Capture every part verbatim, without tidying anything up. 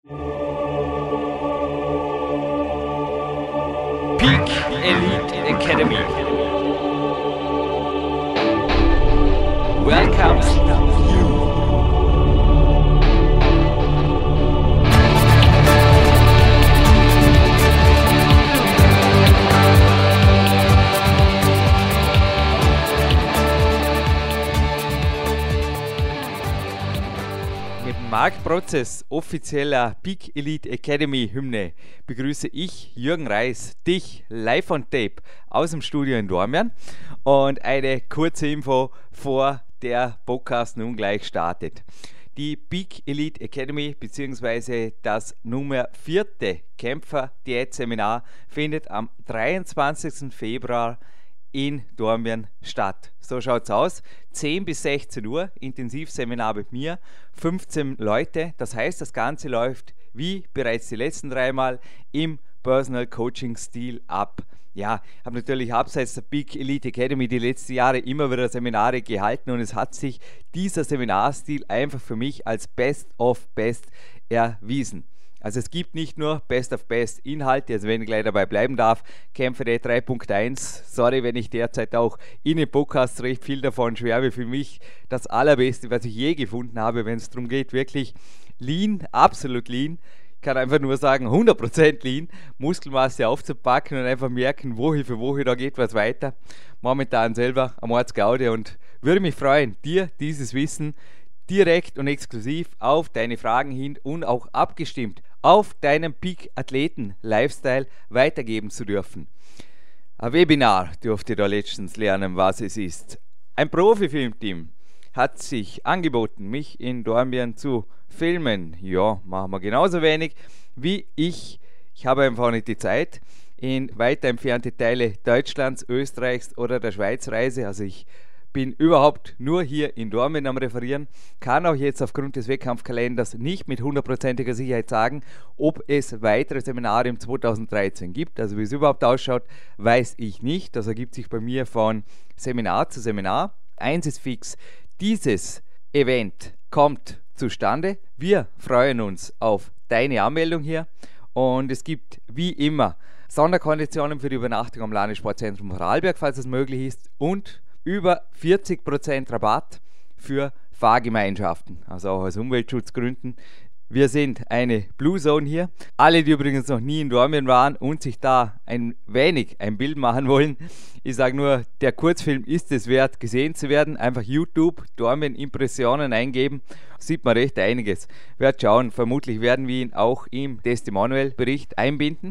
Peak Elite Academy. Welcomes you. Marc Prozess, offizieller Peak Elite Academy Hymne, begrüße ich, Jürgen Reis, dich live on tape aus dem Studio in Dornbirn und eine kurze Info, vor der Podcast nun gleich startet. Die Peak Elite Academy bzw. das Nummer vierte Kämpfer-Diät-Seminar findet am dreiundzwanzigsten Februar in Dornbirn statt. So schaut's aus. zehn bis sechzehn Uhr, Intensivseminar mit mir, fünfzehn Leute. Das heißt, das Ganze läuft wie bereits die letzten dreimal im Personal Coaching Stil ab. Ja, ich habe natürlich abseits der Peak Elite Academy die letzten Jahre immer wieder Seminare gehalten und es hat sich dieser Seminarstil einfach für mich als Best of Best erwiesen. Also es gibt nicht nur Best of Best Inhalte, also wenn ich gleich dabei bleiben darf, Kämpfer-Diät drei Punkt eins, sorry, wenn ich derzeit auch in den Podcasts recht viel davon schwärme, für mich das Allerbeste, was ich je gefunden habe, wenn es darum geht, wirklich lean, absolut lean, ich kann einfach nur sagen, hundert Prozent lean, Muskelmasse aufzupacken und einfach merken, Woche für Woche, da geht was weiter. Momentan selber am Ortsgaude und würde mich freuen, dir dieses Wissen direkt und exklusiv auf deine Fragen hin und auch abgestimmt auf deinen Peak-Athleten-Lifestyle weitergeben zu dürfen. Ein Webinar durfte ich da letztens lernen, was es ist. Ein Profi-Filmteam hat sich angeboten, mich in Dornbirn zu filmen. Ja, machen wir genauso wenig wie ich. Ich habe einfach nicht die Zeit, in weiter entfernte Teile Deutschlands, Österreichs oder der Schweiz reise. Also ich bin überhaupt nur hier in Dornbirn am Referieren, kann auch jetzt aufgrund des Wettkampfkalenders nicht mit hundertprozentiger Sicherheit sagen, ob es weitere Seminare im zweitausenddreizehn gibt. Also wie es überhaupt ausschaut, weiß ich nicht. Das ergibt sich bei mir von Seminar zu Seminar. Eins ist fix, dieses Event kommt zustande. Wir freuen uns auf deine Anmeldung hier und es gibt wie immer Sonderkonditionen für die Übernachtung am Landessportzentrum Vorarlberg, falls es möglich ist, und über vierzig Prozent Rabatt für Fahrgemeinschaften, also auch aus Umweltschutzgründen. Wir sind eine Blue Zone hier. Alle, die übrigens noch nie in Dornbirn waren und sich da ein wenig ein Bild machen wollen, ich sage nur, der Kurzfilm ist es wert, gesehen zu werden. Einfach YouTube, Dornbirn Impressionen eingeben, sieht man recht einiges. Werd schauen, vermutlich werden wir ihn auch im Testimonial-Bericht einbinden.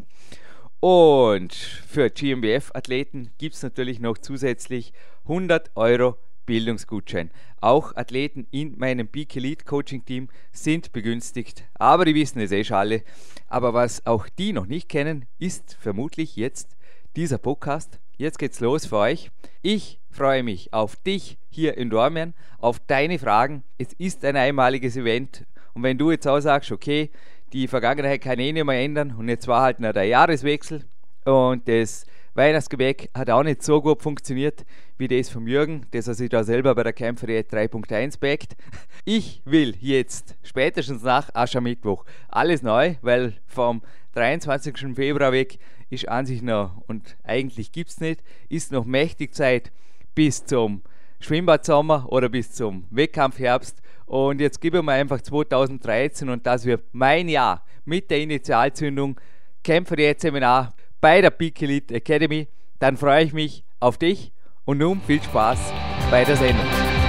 Und für G M B F-Athleten gibt es natürlich noch zusätzlich hundert Euro Bildungsgutschein. Auch Athleten in meinem Peak Elite Coaching Team sind begünstigt, aber die wissen es eh schon alle. Aber was auch die noch nicht kennen, ist vermutlich jetzt dieser Podcast. Jetzt geht's los für euch. Ich freue mich auf dich hier in Dornbirn, auf deine Fragen. Es ist ein einmaliges Event und wenn du jetzt auch sagst, okay, die Vergangenheit kann eh nicht mehr ändern und jetzt war halt noch der Jahreswechsel und das Weihnachtsgebäck hat auch nicht so gut funktioniert wie das vom Jürgen, das er sich da selber bei der Kämpfer-Diät drei Punkt eins backt. Ich will jetzt spätestens nach Aschermittwoch alles neu, weil vom dreiundzwanzigsten Februar weg ist an sich noch, und eigentlich gibt es nicht, ist noch mächtig Zeit bis zum Schwimmbadsommer oder bis zum Wettkampfherbst. Und jetzt gebe ich mir einfach zweitausenddreizehn und das wird mein Jahr mit der Initialzündung Kämpfer-Diät-Seminar bei der Peak Elite Academy. Dann freue ich mich auf dich und nun viel Spaß bei der Sendung.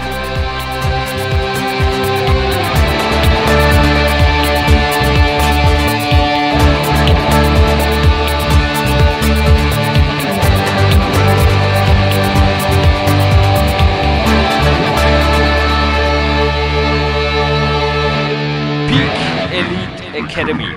Peak Elite Academy.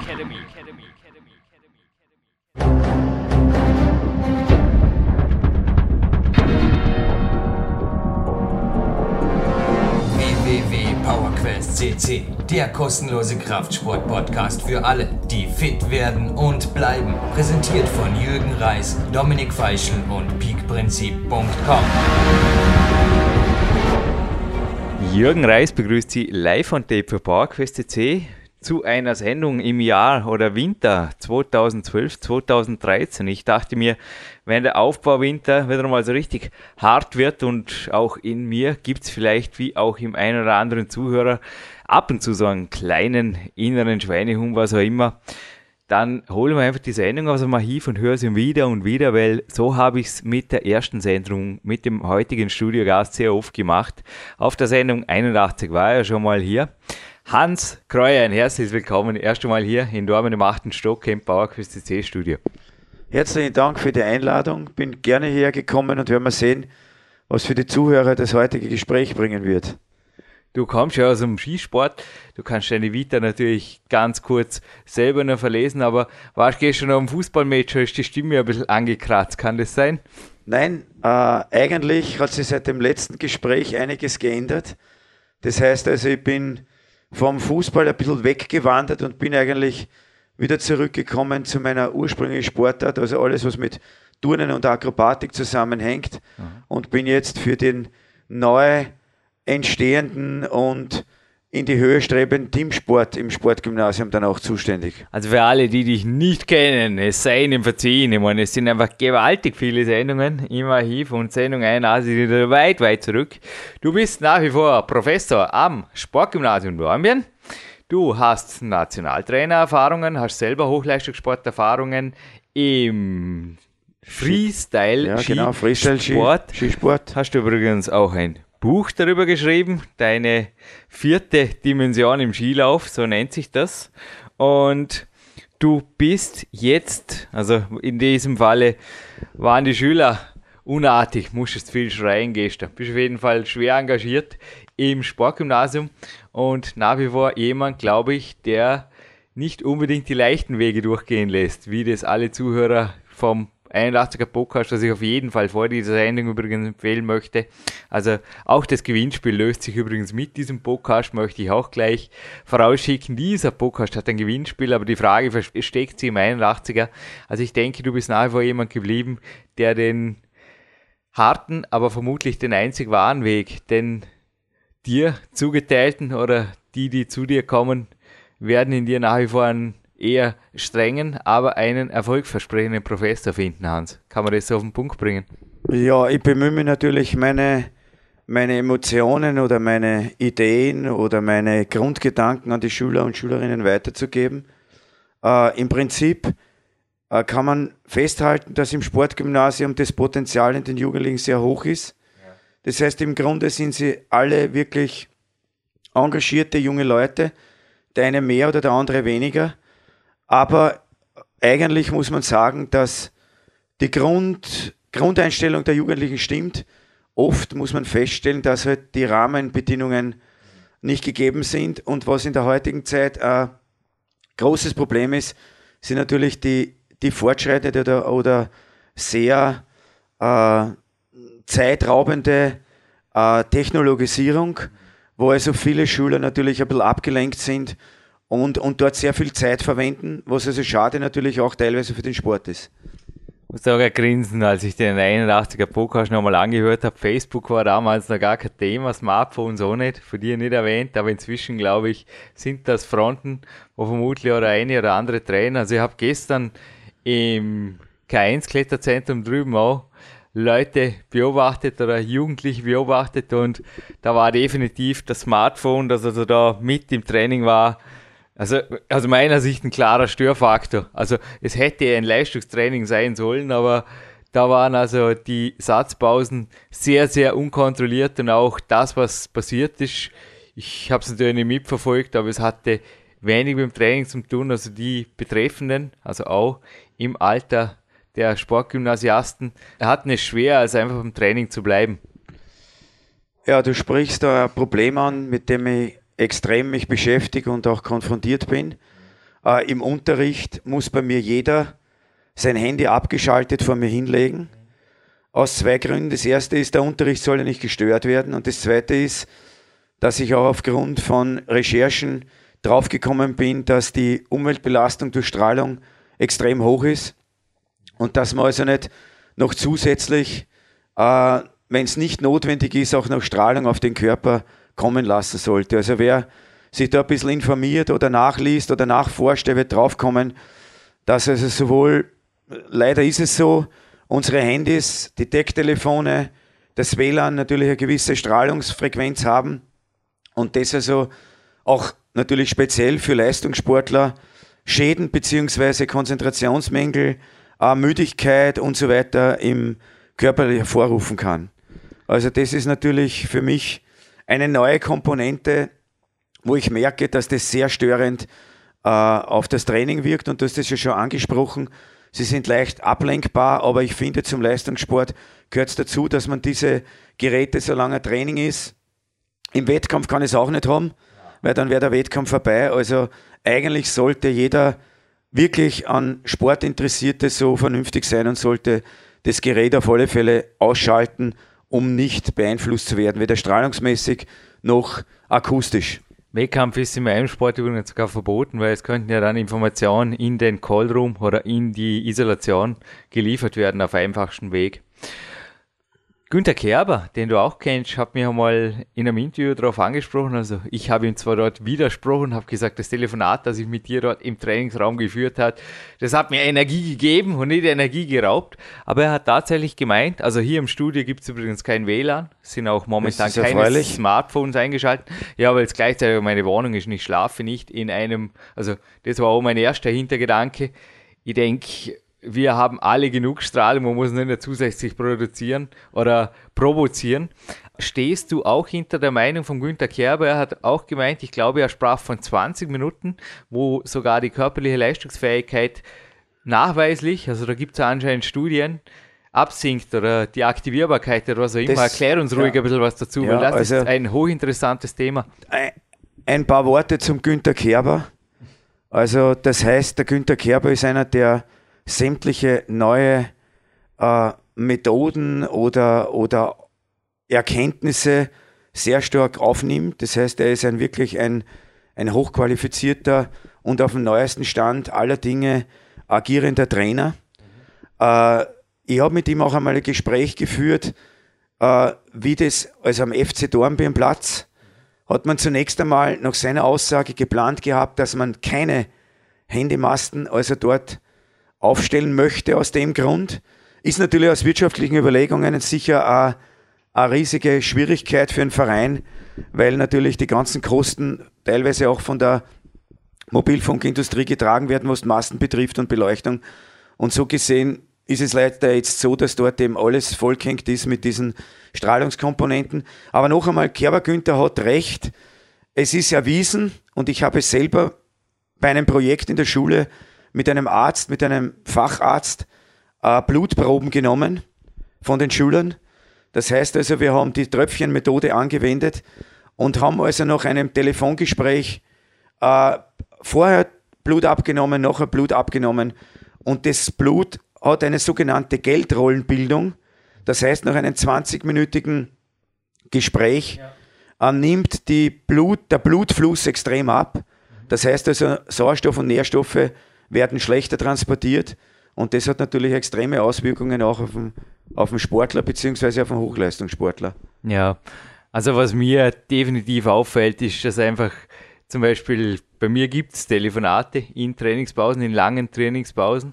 C C, der kostenlose Kraftsport-Podcast für alle, die fit werden und bleiben. Präsentiert von Jürgen Reis, Dominik Feischl und peak prinzip punkt com. Jürgen Reis begrüßt Sie live on tape für PowerQuest C C. zu einer Sendung im Jahr oder Winter zweitausendzwölf, zweitausenddreizehn. Ich dachte mir, wenn der Aufbauwinter wieder mal so richtig hart wird und auch in mir gibt es vielleicht, wie auch im einen oder anderen Zuhörer, ab und zu so einen kleinen inneren Schweinehund, was auch immer, dann holen wir einfach die Sendung aus dem Archiv und hören sie wieder und wieder, weil so habe ich es mit der ersten Sendung, mit dem heutigen Studiogast sehr oft gemacht. Auf der Sendung einundachtzig war er schon mal hier. Hans Kreuer, ein herzliches Willkommen, erst einmal hier in Dormen im achten Stock im PowerQuest C C Studio. Herzlichen Dank für die Einladung, bin gerne hierher gekommen und werden wir sehen, was für die Zuhörer das heutige Gespräch bringen wird. Du kommst ja aus dem Skisport, du kannst deine Vita natürlich ganz kurz selber noch verlesen, aber warst gestern noch im Fußballmatch, ist die Stimme ein bisschen angekratzt, kann das sein? Nein, äh, eigentlich hat sich seit dem letzten Gespräch einiges geändert. Das heißt also, ich bin vom Fußball ein bisschen weggewandert und bin eigentlich wieder zurückgekommen zu meiner ursprünglichen Sportart, also alles, was mit Turnen und Akrobatik zusammenhängt, mhm. und bin jetzt für den neu entstehenden und in die Höhe strebenden Teamsport im Sportgymnasium dann auch zuständig. Also für alle, die dich nicht kennen, es sei ihnen verziehen. Ich meine, es sind einfach gewaltig viele Sendungen im Archiv und Sendung einundachtzig wieder weit, weit zurück. Du bist nach wie vor Professor am Sportgymnasium Dornbirn. Du hast Nationaltrainererfahrungen, hast selber Hochleistungssporterfahrungen im Freestyle, ja, genau, Freestyle Sport. Skisport. Hast du übrigens auch ein Buch darüber geschrieben, deine vierte Dimension im Skilauf, so nennt sich das. Und du bist jetzt, also in diesem Falle waren die Schüler unartig, musstest viel schreien gestern. Bist auf jeden Fall schwer engagiert im Sportgymnasium und nach wie vor jemand, glaube ich, der nicht unbedingt die leichten Wege durchgehen lässt, wie das alle Zuhörer vom einundachtziger Podcast, das ich auf jeden Fall vor dieser Sendung übrigens empfehlen möchte. Also auch das Gewinnspiel löst sich übrigens mit diesem Podcast, möchte ich auch gleich vorausschicken. Dieser Podcast hat ein Gewinnspiel, aber die Frage versteckt sich im einundachtziger. Also ich denke, du bist nach wie vor jemand geblieben, der den harten, aber vermutlich den einzig wahren Weg, den dir zugeteilten oder die, die zu dir kommen, werden in dir nach wie vor einen eher strengen, aber einen erfolgversprechenden Professor finden, Hans. Kann man das so auf den Punkt bringen? Ja, ich bemühe mich natürlich, meine, meine Emotionen oder meine Ideen oder meine Grundgedanken an die Schüler und Schülerinnen weiterzugeben. Äh, Im Prinzip äh, kann man festhalten, dass im Sportgymnasium das Potenzial in den Jugendlichen sehr hoch ist. Ja. Das heißt, im Grunde sind sie alle wirklich engagierte junge Leute, der eine mehr oder der andere weniger. Aber eigentlich muss man sagen, dass die Grund, Grundeinstellung der Jugendlichen stimmt. Oft muss man feststellen, dass halt die Rahmenbedingungen nicht gegeben sind. Und was in der heutigen Zeit ein großes Problem ist, sind natürlich die, die fortschreitende oder, oder sehr äh, zeitraubende äh, Technologisierung, wo also viele Schüler natürlich ein bisschen abgelenkt sind und, und dort sehr viel Zeit verwenden, was also schade natürlich auch teilweise für den Sport ist. Ich muss sogar grinsen, als ich den einundachtziger Podcast nochmal angehört habe. Facebook war damals noch gar kein Thema, Smartphones auch nicht, von dir nicht erwähnt, aber inzwischen, glaube ich, sind das Fronten, wo vermutlich oder eine oder andere Trainer. Also ich habe gestern im K eins Kletterzentrum drüben auch Leute beobachtet oder Jugendliche beobachtet und da war definitiv das Smartphone, das also da mit im Training war, also aus meiner Sicht ein klarer Störfaktor. Also es hätte ein Leistungstraining sein sollen, aber da waren also die Satzpausen sehr, sehr unkontrolliert und auch das, was passiert ist, ich habe es natürlich nicht mitverfolgt, aber es hatte wenig mit dem Training zu tun, also die Betreffenden, also auch im Alter der Sportgymnasiasten, hatten es schwer, als einfach im Training zu bleiben. Ja, du sprichst da ein Problem an, mit dem ich extrem mich beschäftige und auch konfrontiert bin. Äh, Im Unterricht muss bei mir jeder sein Handy abgeschaltet vor mir hinlegen. Aus zwei Gründen. Das erste ist, der Unterricht soll ja nicht gestört werden. Und das zweite ist, dass ich auch aufgrund von Recherchen draufgekommen bin, dass die Umweltbelastung durch Strahlung extrem hoch ist. Und dass man also nicht noch zusätzlich, äh, wenn es nicht notwendig ist, auch noch Strahlung auf den Körper kommen lassen sollte. Also wer sich da ein bisschen informiert oder nachliest oder nachforscht, der wird draufkommen, dass also sowohl, leider ist es so, unsere Handys, die Decktelefone, das W L A N natürlich eine gewisse Strahlungsfrequenz haben und das also auch natürlich speziell für Leistungssportler Schäden bzw. Konzentrationsmängel, äh, Müdigkeit und so weiter im Körper hervorrufen kann. Also das ist natürlich für mich eine neue Komponente, wo ich merke, dass das sehr störend äh, auf das Training wirkt und du hast das ja schon angesprochen. Sie sind leicht ablenkbar, aber ich finde, zum Leistungssport gehört es dazu, dass man diese Geräte, solange ein Training ist, im Wettkampf kann ich es auch nicht haben, weil dann wäre der Wettkampf vorbei. Also eigentlich sollte jeder wirklich an Sport Interessierte so vernünftig sein und sollte das Gerät auf alle Fälle ausschalten, um nicht beeinflusst zu werden, weder strahlungsmäßig noch akustisch. Wettkampf ist in meinem Sport übrigens sogar verboten, weil es könnten ja dann Informationen in den Callroom oder in die Isolation geliefert werden auf einfachsten Weg. Günther Kerber, den du auch kennst, hat mich einmal in einem Interview darauf angesprochen. Also ich habe ihm zwar dort widersprochen, habe gesagt, das Telefonat, das ich mit dir dort im Trainingsraum geführt habe, das hat mir Energie gegeben und nicht Energie geraubt. Aber er hat tatsächlich gemeint, also hier im Studio gibt es übrigens kein W L A N, es sind auch momentan keine erfreulich. Smartphones eingeschaltet. Ja, weil es gleichzeitig meine Wohnung ist und ich schlafe nicht in einem, also das war auch mein erster Hintergedanke. Ich denke, wir haben alle genug Strahlung, man muss nicht mehr zusätzlich produzieren oder provozieren. Stehst du auch hinter der Meinung von Günther Kerber? Er hat auch gemeint, ich glaube, er sprach von zwanzig Minuten, wo sogar die körperliche Leistungsfähigkeit nachweislich, also da gibt es anscheinend Studien, absinkt oder die Aktivierbarkeit oder was auch immer. Das, Erklär uns ruhig ja. ein bisschen was dazu, ja, weil das also ist ein hochinteressantes Thema. Ein, ein paar Worte zum Günther Kerber. Also das heißt, der Günther Kerber ist einer, der sämtliche neue äh, Methoden oder, oder Erkenntnisse sehr stark aufnimmt. Das heißt, er ist ein wirklich ein, ein hochqualifizierter und auf dem neuesten Stand aller Dinge agierender Trainer. Mhm. Äh, ich habe mit ihm auch einmal ein Gespräch geführt, äh, wie das, also am F C Dornbirnplatz, hat man zunächst einmal nach seiner Aussage geplant gehabt, dass man keine Handymasten also dort aufstellen möchte aus dem Grund. Ist natürlich aus wirtschaftlichen Überlegungen sicher eine, eine riesige Schwierigkeit für einen Verein, weil natürlich die ganzen Kosten teilweise auch von der Mobilfunkindustrie getragen werden, was Masten betrifft und Beleuchtung. Und so gesehen ist es leider jetzt so, dass dort eben alles vollgehängt ist mit diesen Strahlungskomponenten. Aber noch einmal, Kerber Günther hat recht. Es ist erwiesen und ich habe es selber bei einem Projekt in der Schule mit einem Arzt, mit einem Facharzt äh, Blutproben genommen von den Schülern. Das heißt also, wir haben die Tröpfchenmethode angewendet und haben also nach einem Telefongespräch äh, vorher Blut abgenommen, nachher Blut abgenommen und das Blut hat eine sogenannte Geldrollenbildung. Das heißt, nach einem zwanzigminütigen Gespräch ja. äh, nimmt die Blut, der Blutfluss extrem ab. Das heißt also, Sauerstoff und Nährstoffe werden schlechter transportiert und das hat natürlich extreme Auswirkungen auch auf den, auf den Sportler bzw. auf den Hochleistungssportler. Ja, also was mir definitiv auffällt, ist, dass einfach zum Beispiel bei mir gibt es Telefonate in Trainingspausen, in langen Trainingspausen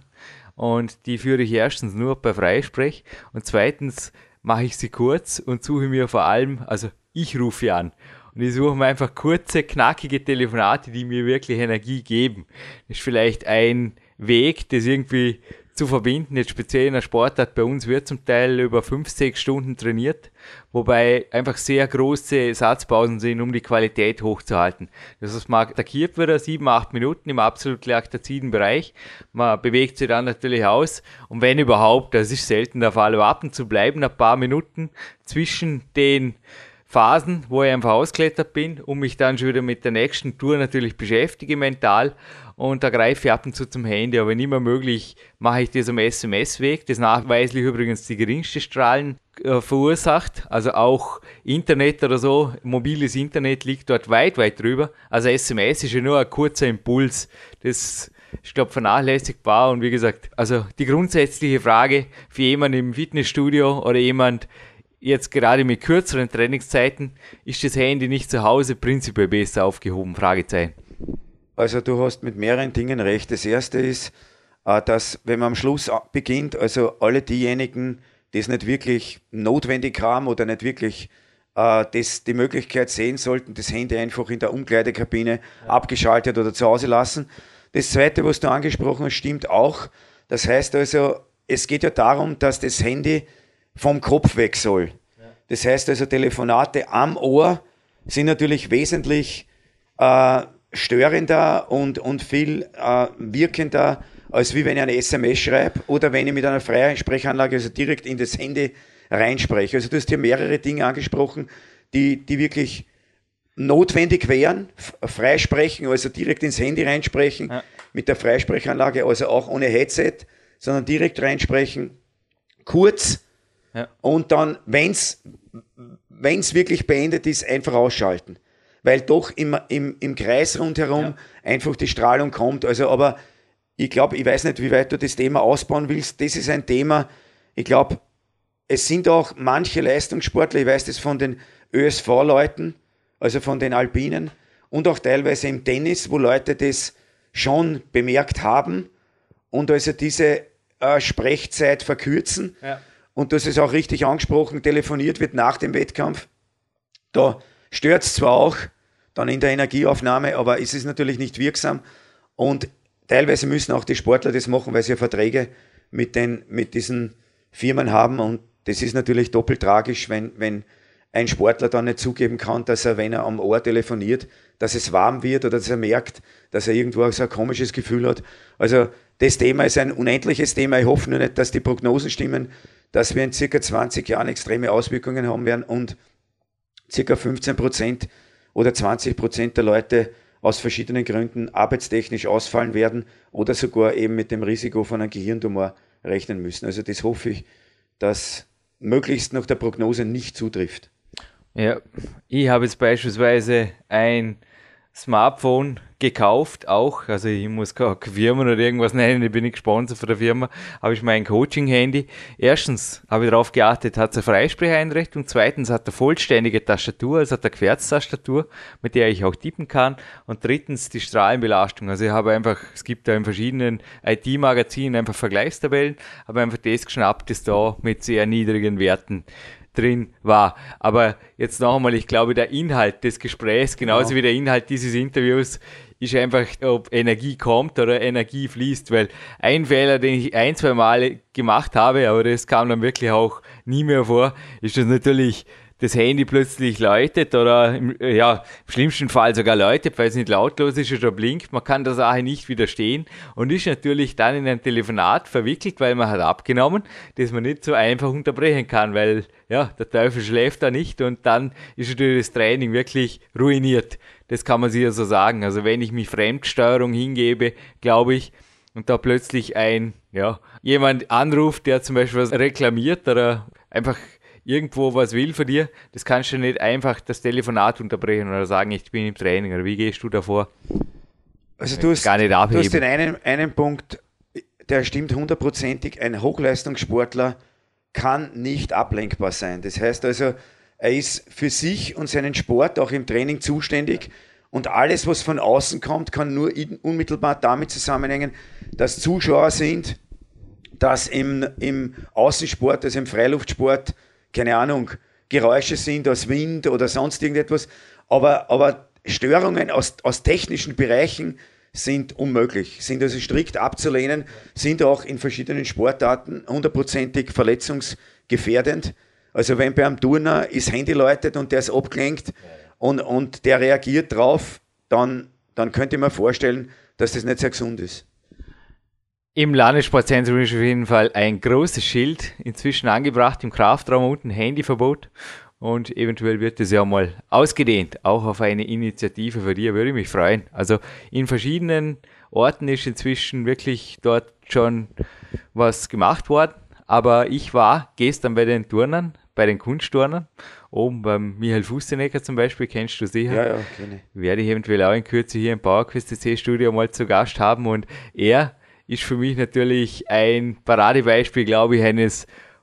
und die führe ich erstens nur bei Freisprech und zweitens mache ich sie kurz und suche mir vor allem, also ich rufe an. Und ich suche mir einfach kurze, knackige Telefonate, die mir wirklich Energie geben. Das ist vielleicht ein Weg, das irgendwie zu verbinden. Jetzt speziell in der Sportart bei uns wird zum Teil über fünf, sechs Stunden trainiert, wobei einfach sehr große Satzpausen sind, um die Qualität hochzuhalten. Das heißt, man attackiert wieder sieben, acht Minuten im absolut laktaziden Bereich. Man bewegt sich dann natürlich aus und wenn überhaupt, das ist selten der Fall, aber ab und zu bleiben ein paar Minuten zwischen den Phasen, wo ich einfach ausgeklettert bin und mich dann schon wieder mit der nächsten Tour natürlich beschäftige mental und da greife ich ab und zu zum Handy, aber wenn immer möglich mache ich das am S M S-Weg, das nachweislich übrigens die geringste Strahlen äh, verursacht, also auch Internet oder so, mobiles Internet liegt dort weit, weit drüber, also S M S ist ja nur ein kurzer Impuls, das ich glaube, vernachlässigbar und wie gesagt, also die grundsätzliche Frage für jemanden im Fitnessstudio oder jemand jetzt gerade mit kürzeren Trainingszeiten, ist das Handy nicht zu Hause prinzipiell besser aufgehoben? Fragezeichen. Also du hast mit mehreren Dingen recht. Das erste ist, dass wenn man am Schluss beginnt, also alle diejenigen, die es nicht wirklich notwendig haben oder nicht wirklich äh, das, die Möglichkeit sehen sollten, das Handy einfach in der Umkleidekabine ja. abgeschaltet oder zu Hause lassen. Das zweite, was du angesprochen hast, stimmt auch. Das heißt also, es geht ja darum, dass das Handy vom Kopf weg soll. Ja. Das heißt also, Telefonate am Ohr sind natürlich wesentlich äh, störender und, und viel äh, wirkender, als wie wenn ich eine S M S schreibe oder wenn ich mit einer Freisprechanlage also direkt in das Handy reinspreche. Also du hast hier mehrere Dinge angesprochen, die, die wirklich notwendig wären. Freisprechen, also direkt ins Handy reinsprechen, ja. mit der Freisprechanlage, also auch ohne Headset, sondern direkt reinsprechen, kurz ja. und dann, wenn es wirklich beendet ist, einfach ausschalten. Weil doch im, im, im Kreis rundherum ja. einfach die Strahlung kommt. Also aber ich glaube, ich weiß nicht, wie weit du das Thema ausbauen willst. Das ist ein Thema, ich glaube, es sind auch manche Leistungssportler, ich weiß das von den Ö S V-Leuten, also von den Alpinen und auch teilweise im Tennis, wo Leute das schon bemerkt haben und also diese äh, Sprechzeit verkürzen. Ja. Und du hast es auch richtig angesprochen, telefoniert wird nach dem Wettkampf. Da stört es zwar auch dann in der Energieaufnahme, aber es ist natürlich nicht wirksam und teilweise müssen auch die Sportler das machen, weil sie ja Verträge mit, den, mit diesen Firmen haben und das ist natürlich doppelt tragisch, wenn, wenn ein Sportler dann nicht zugeben kann, dass er, wenn er am Ohr telefoniert, dass es warm wird oder dass er merkt, dass er irgendwo so ein komisches Gefühl hat. Also das Thema ist ein unendliches Thema. Ich hoffe nur nicht, dass die Prognosen stimmen, dass wir in circa zwanzig Jahren extreme Auswirkungen haben werden und circa fünfzehn Prozent oder zwanzig Prozent der Leute aus verschiedenen Gründen arbeitstechnisch ausfallen werden oder sogar eben mit dem Risiko von einem Gehirntumor rechnen müssen. Also das hoffe ich, dass möglichst nach der Prognose nicht zutrifft. Ja, ich habe jetzt beispielsweise ein Smartphone gekauft, auch, also ich muss keine Firma oder irgendwas nennen, ich bin nicht gesponsert von der Firma, habe ich mein Coaching-Handy. Erstens habe ich darauf geachtet, hat es eine Freisprecheinrichtung, zweitens hat er vollständige Tastatur, also hat eine Querztastatur, mit der ich auch tippen kann und drittens die Strahlenbelastung, also ich habe einfach, es gibt da in verschiedenen I T-Magazinen einfach Vergleichstabellen, habe einfach das geschnappt, das da mit sehr niedrigen Werten drin war. Aber jetzt noch einmal, ich glaube, der Inhalt des Gesprächs, genauso ja. wie der Inhalt dieses Interviews, ist einfach, ob Energie kommt oder Energie fließt, weil ein Fehler, den ich ein, zwei Mal gemacht habe, aber das kam dann wirklich auch nie mehr vor, ist das natürlich, das Handy plötzlich läutet oder im, ja, im schlimmsten Fall sogar läutet, weil es nicht lautlos ist oder blinkt. Man kann der Sache nicht widerstehen und ist natürlich dann in ein Telefonat verwickelt, weil man hat abgenommen, das man nicht so einfach unterbrechen kann, weil ja, der Teufel schläft da nicht und dann ist natürlich das Training wirklich ruiniert. Das kann man sich ja so sagen. Also wenn ich mich Fremdsteuerung hingebe, glaube ich, und da plötzlich ein, ja, jemand anruft, der zum Beispiel was reklamiert oder einfach irgendwo was will von dir, das kannst du nicht einfach das Telefonat unterbrechen oder sagen, ich bin im Training, oder wie gehst du davor? Also du hast, gar nicht abheben. Du hast den einen, einen Punkt, der stimmt hundertprozentig, ein Hochleistungssportler kann nicht ablenkbar sein. Das heißt also, er ist für sich und seinen Sport auch im Training zuständig und alles, was von außen kommt, kann nur unmittelbar damit zusammenhängen, dass Zuschauer sind, dass im, im Außensport, also im Freiluftsport, keine Ahnung, Geräusche sind aus Wind oder sonst irgendetwas, aber, aber Störungen aus, aus technischen Bereichen sind unmöglich, sind also strikt abzulehnen, sind auch in verschiedenen Sportarten hundertprozentig verletzungsgefährdend. Also wenn bei einem Turner das Handy läutet und der ist abgelenkt und, und der reagiert drauf, dann, dann könnte ich mir vorstellen, dass das nicht sehr gesund ist. Im Landessportzentrum ist auf jeden Fall ein großes Schild inzwischen angebracht, im Kraftraum unten, Handyverbot. Und eventuell wird es ja mal ausgedehnt, auch auf eine Initiative für die, würde ich mich freuen. Also in verschiedenen Orten ist inzwischen wirklich dort schon was gemacht worden. Aber ich war gestern bei den Turnern, bei den Kunstturnern, oben beim Michael Fustenecker zum Beispiel, kennst du sicher. Ja, ja, kenne ich. Werde ich eventuell auch in Kürze hier im PowerQuest C C Studio mal zu Gast haben und er ist für mich natürlich ein Paradebeispiel, glaube ich, eines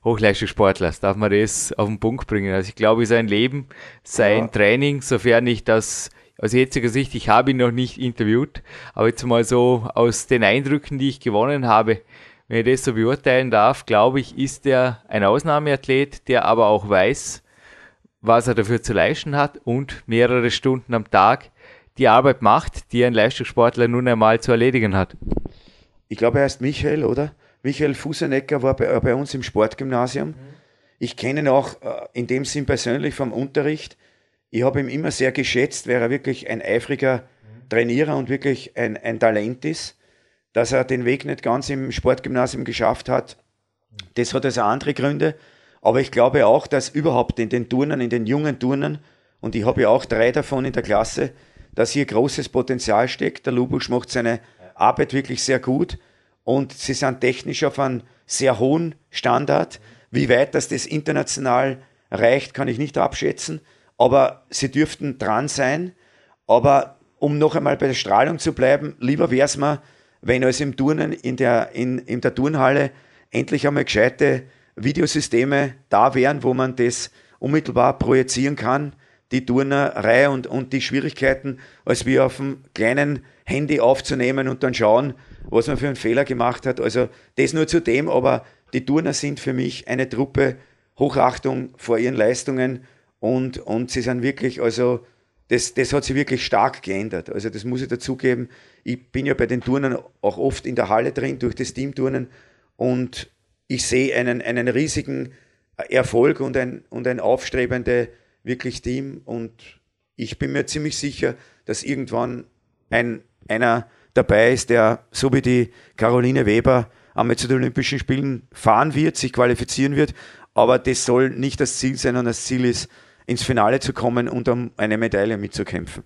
Hochleistungssportlers, darf man das auf den Punkt bringen. Also ich glaube, sein Leben, sein ja. Training, sofern ich das aus jetziger Sicht, ich habe ihn noch nicht interviewt, aber jetzt mal so aus den Eindrücken, die ich gewonnen habe, wenn ich das so beurteilen darf, glaube ich, ist er ein Ausnahmeathlet, der aber auch weiß, was er dafür zu leisten hat und mehrere Stunden am Tag die Arbeit macht, die ein Leistungssportler nun einmal zu erledigen hat. Ich glaube, er heißt Michael, oder? Michael Fusenecker war bei, bei uns im Sportgymnasium. Mhm. Ich kenne ihn auch äh, in dem Sinn persönlich vom Unterricht. Ich habe ihn immer sehr geschätzt, weil er wirklich ein eifriger mhm. Trainierer und wirklich ein, ein Talent ist. Dass er den Weg nicht ganz im Sportgymnasium geschafft hat, das hat also andere Gründe. Aber ich glaube auch, dass überhaupt in den Turnern, in den jungen Turnern, und ich habe ja auch drei davon in der Klasse, dass hier großes Potenzial steckt. Der Lubusch macht seine Arbeit wirklich sehr gut und sie sind technisch auf einem sehr hohen Standard. Wie weit das, das international reicht, kann ich nicht abschätzen, aber sie dürften dran sein. Aber um noch einmal bei der Strahlung zu bleiben, lieber wäre es mir, wenn also im Turnen, in der, in, in der Turnhalle endlich einmal gescheite Videosysteme da wären, wo man das unmittelbar projizieren kann, die Turnerei und, und die Schwierigkeiten, als wir auf dem kleinen Handy aufzunehmen und dann schauen, was man für einen Fehler gemacht hat. Also das nur zu dem, aber die Turner sind für mich eine Truppe, Hochachtung vor ihren Leistungen und, und sie sind wirklich, also das, das hat sich wirklich stark geändert. Also das muss ich dazugeben. Ich bin ja bei den Turnern auch oft in der Halle drin, durch das Teamturnen und ich sehe einen, einen riesigen Erfolg und ein, und ein aufstrebende wirklich Team und ich bin mir ziemlich sicher, dass irgendwann ein, einer dabei ist, der so wie die Caroline Weber einmal zu den Olympischen Spielen fahren wird, sich qualifizieren wird, aber das soll nicht das Ziel sein, sondern das Ziel ist, ins Finale zu kommen und um eine Medaille mitzukämpfen.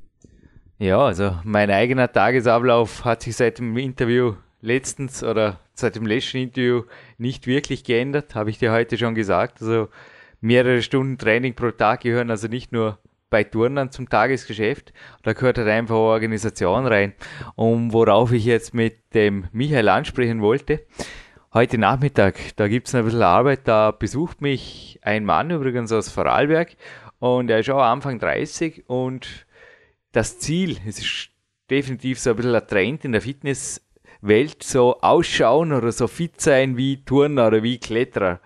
Ja, also mein eigener Tagesablauf hat sich seit dem Interview letztens oder seit dem letzten Interview nicht wirklich geändert, habe ich dir heute schon gesagt. Also mehrere Stunden Training pro Tag gehören also nicht nur bei Turnern zum Tagesgeschäft, da gehört halt einfach Organisation rein. Und worauf ich jetzt mit dem Michael ansprechen wollte, heute Nachmittag, da gibt es ein bisschen Arbeit, da besucht mich ein Mann übrigens aus Vorarlberg und er ist auch Anfang dreißig und das Ziel, es ist definitiv so ein bisschen ein Trend in der Fitnesswelt, so ausschauen oder so fit sein wie Turner oder wie Kletterer.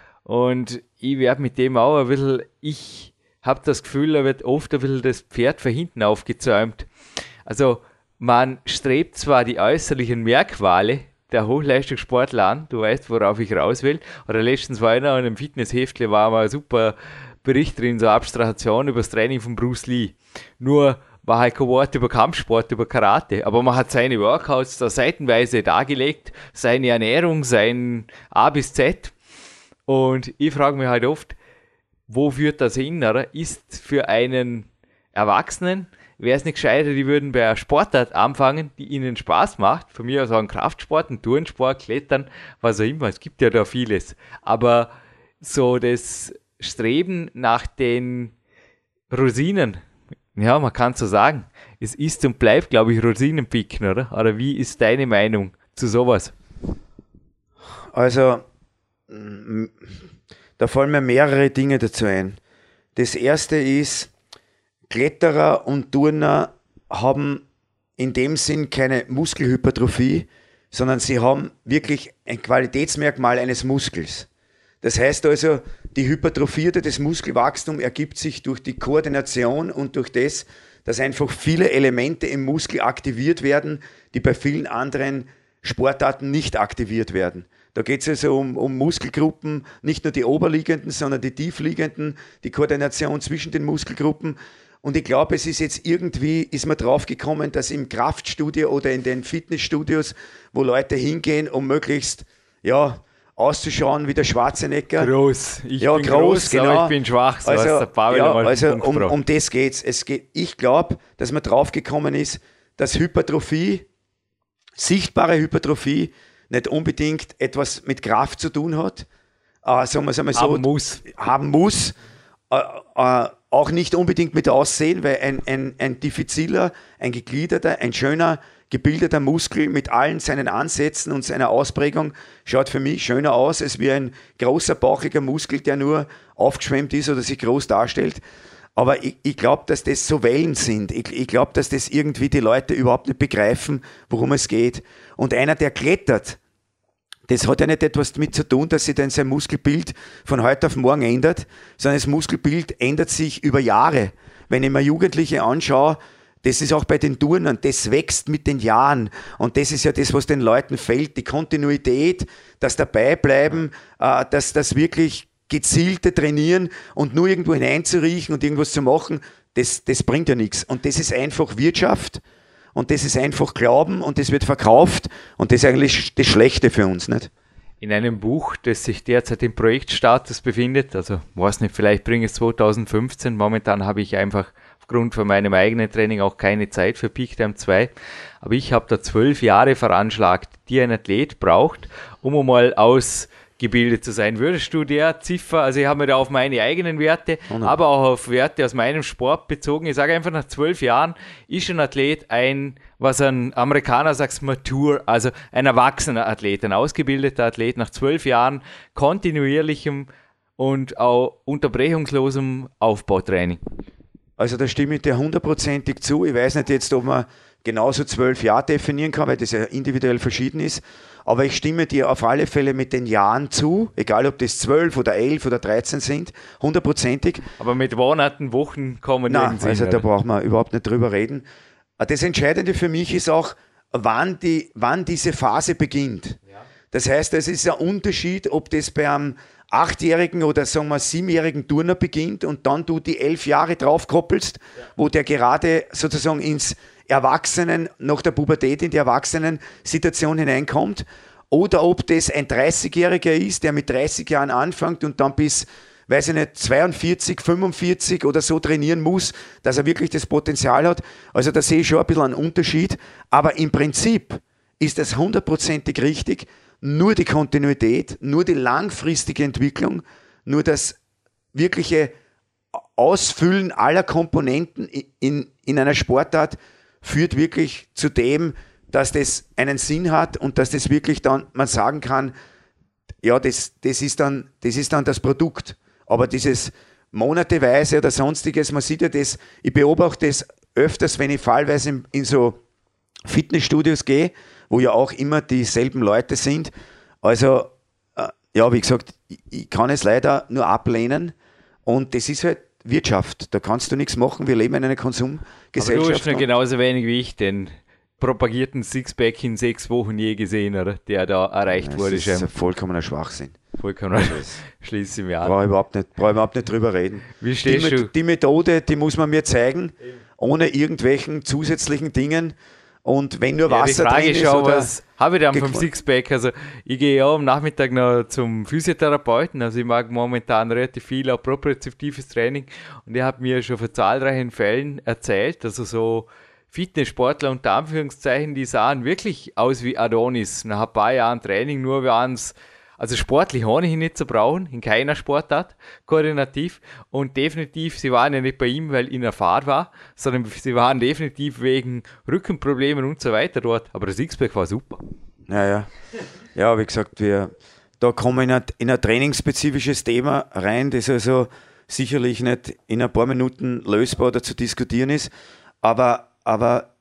Und ich werde mit dem auch ein bisschen, ich habe das Gefühl, da wird oft ein bisschen das Pferd von hinten aufgezäumt. Also man strebt zwar die äußerlichen Merkmale der Hochleistungssportler an, du weißt, worauf ich raus will. Oder letztens war einer in einem Fitnessheftle, war mal ein super Bericht drin, so eine Abstraktion über das Training von Bruce Lee. Nur war halt kein Wort über Kampfsport, über Karate, aber man hat seine Workouts da seitenweise dargelegt, seine Ernährung, sein A bis Z. Und ich frage mich halt oft, wo führt das hin, oder? Ist für einen Erwachsenen, wäre es nicht gescheiter, die würden bei einer Sportart anfangen, die ihnen Spaß macht. Von mir aus auch ein Kraftsport, ein Turnsport, Klettern, was auch immer. Es gibt ja da vieles. Aber so das Streben nach den Rosinen, ja, man kann so sagen, es ist und bleibt, glaube ich, Rosinenpicken, oder? Oder wie ist deine Meinung zu sowas? Also, da fallen mir mehrere Dinge dazu ein. Das erste ist, Kletterer und Turner haben in dem Sinn keine Muskelhypertrophie, sondern sie haben wirklich ein Qualitätsmerkmal eines Muskels. Das heißt also, die Hypertrophie oder das Muskelwachstum ergibt sich durch die Koordination und durch das, dass einfach viele Elemente im Muskel aktiviert werden, die bei vielen anderen Sportarten nicht aktiviert werden. Da geht es also um, um Muskelgruppen, nicht nur die oberliegenden, sondern die tiefliegenden, die Koordination zwischen den Muskelgruppen. Und ich glaube, es ist jetzt irgendwie, ist man drauf gekommen, dass im Kraftstudio oder in den Fitnessstudios, wo Leute hingehen, um möglichst, ja, auszuschauen wie der Schwarzenegger. Groß. Ich ja, bin groß, groß, genau. aber ich bin schwach. So also, der Pavel ja, mal also Punkt um, gebracht. um das geht's. Es geht. Ich glaube, dass man drauf gekommen ist, dass Hypertrophie, sichtbare Hypertrophie, nicht unbedingt etwas mit Kraft zu tun hat. Äh, sagen wir es einmal so. Haben muss. Haben muss. Äh, äh, auch nicht unbedingt mit Aussehen, weil ein, ein, ein diffiziler, ein gegliederter, ein schöner gebildeter Muskel mit allen seinen Ansätzen und seiner Ausprägung schaut für mich schöner aus, als wie ein großer, bauchiger Muskel, der nur aufgeschwemmt ist oder sich groß darstellt. Aber ich, ich glaube, dass das so Wellen sind. Ich, ich glaube, dass das irgendwie die Leute überhaupt nicht begreifen, worum es geht. Und einer, der klettert, das hat ja nicht etwas damit zu tun, dass sich dann sein Muskelbild von heute auf morgen ändert, sondern das Muskelbild ändert sich über Jahre. Wenn ich mir Jugendliche anschaue, das ist auch bei den Turnern, das wächst mit den Jahren. Und das ist ja das, was den Leuten fehlt, die Kontinuität, das Dabeibleiben, äh, dass das wirklich gezielte Trainieren und nur irgendwo hineinzuriechen und irgendwas zu machen, das, das bringt ja nichts. Und das ist einfach Wirtschaft und das ist einfach Glauben und das wird verkauft und das ist eigentlich das Schlechte für uns, nicht? In einem Buch, das sich derzeit im Projektstatus befindet, also weiß nicht, vielleicht bringe ich es zwanzig fünfzehn, momentan habe ich einfach aufgrund von meinem eigenen Training auch keine Zeit für Peak Time zwei, aber ich habe da zwölf Jahre veranschlagt, die ein Athlet braucht, um einmal ausgebildet zu sein. Würdest du der Ziffer, also ich habe mir da auf meine eigenen Werte, oh aber auch auf Werte aus meinem Sport bezogen, ich sage einfach, nach zwölf Jahren ist ein Athlet ein, was ein Amerikaner sagt, mature, also ein erwachsener Athlet, ein ausgebildeter Athlet, nach zwölf Jahren kontinuierlichem und auch unterbrechungslosem Aufbautraining. Also da stimme ich dir hundertprozentig zu. Ich weiß nicht jetzt, ob man genauso zwölf Jahre definieren kann, weil das ja individuell verschieden ist. Aber ich stimme dir auf alle Fälle mit den Jahren zu, egal ob das zwölf oder elf oder dreizehn sind, hundertprozentig. Aber mit Monaten, Wochen kommen Nein, also da braucht man überhaupt nicht drüber reden. Das Entscheidende für mich ist auch, wann, die, wann diese Phase beginnt. Ja. Das heißt, es ist ein Unterschied, ob das bei einem achtjährigen oder sagen wir siebenjährigen Turner beginnt und dann du die elf Jahre draufkoppelst, ja. wo der gerade sozusagen ins Erwachsenen, nach der Pubertät in die Erwachsenen-Situation hineinkommt, oder ob das ein dreißigjähriger ist, der mit dreißig Jahren anfängt und dann bis, weiß ich nicht, zweiundvierzig, fünfundvierzig oder so trainieren muss, dass er wirklich das Potenzial hat. Also da sehe ich schon ein bisschen einen Unterschied, aber im Prinzip ist das hundertprozentig richtig. Nur die Kontinuität, nur die langfristige Entwicklung, nur das wirkliche Ausfüllen aller Komponenten in, in einer Sportart führt wirklich zu dem, dass das einen Sinn hat und dass das wirklich dann, man sagen kann, ja, das, das, ist dann, das ist dann das Produkt. Aber dieses monateweise oder sonstiges, man sieht ja das, ich beobachte das öfters, wenn ich fallweise in, in so Fitnessstudios gehe, wo ja auch immer dieselben Leute sind. Also, äh, ja, wie gesagt, ich, ich kann es leider nur ablehnen und das ist halt Wirtschaft. Da kannst du nichts machen, wir leben in einer Konsumgesellschaft. Aber du hast nur genauso wenig wie ich den propagierten Sixpack in sechs Wochen je gesehen, oder? Der da erreicht das wurde. Das ist ein vollkommener Schwachsinn. Vollkommen, schließe ich mir an. Brauche ich überhaupt nicht, brauche ich überhaupt nicht drüber reden. Wie stehst die, du? Die Methode, die muss man mir zeigen, ohne irgendwelchen zusätzlichen Dingen. Und wenn nur Wasser ja, die Frage drin ist, ist, oder was habe ich dann vom Sixpack? Also ich gehe ja am Nachmittag noch zum Physiotherapeuten, also ich mag momentan relativ viel auch propriozeptives Training und er hat mir schon von zahlreichen Fällen erzählt, also so Fitnesssportler unter Anführungszeichen, die sahen wirklich aus wie Adonis nach ein paar Jahren Training, nur waren es, also sportlich ohnehin nicht zu brauchen, in keiner Sportart, koordinativ und definitiv, sie waren ja nicht bei ihm, weil ihn eine Fahrt war, sondern sie waren definitiv wegen Rückenproblemen und so weiter dort, aber das Sixpack war super. Ja, ja, ja, wie gesagt, wir, da kommen wir in ein, in ein trainingsspezifisches Thema rein, das also sicherlich nicht in ein paar Minuten lösbar oder zu diskutieren ist, aber, aber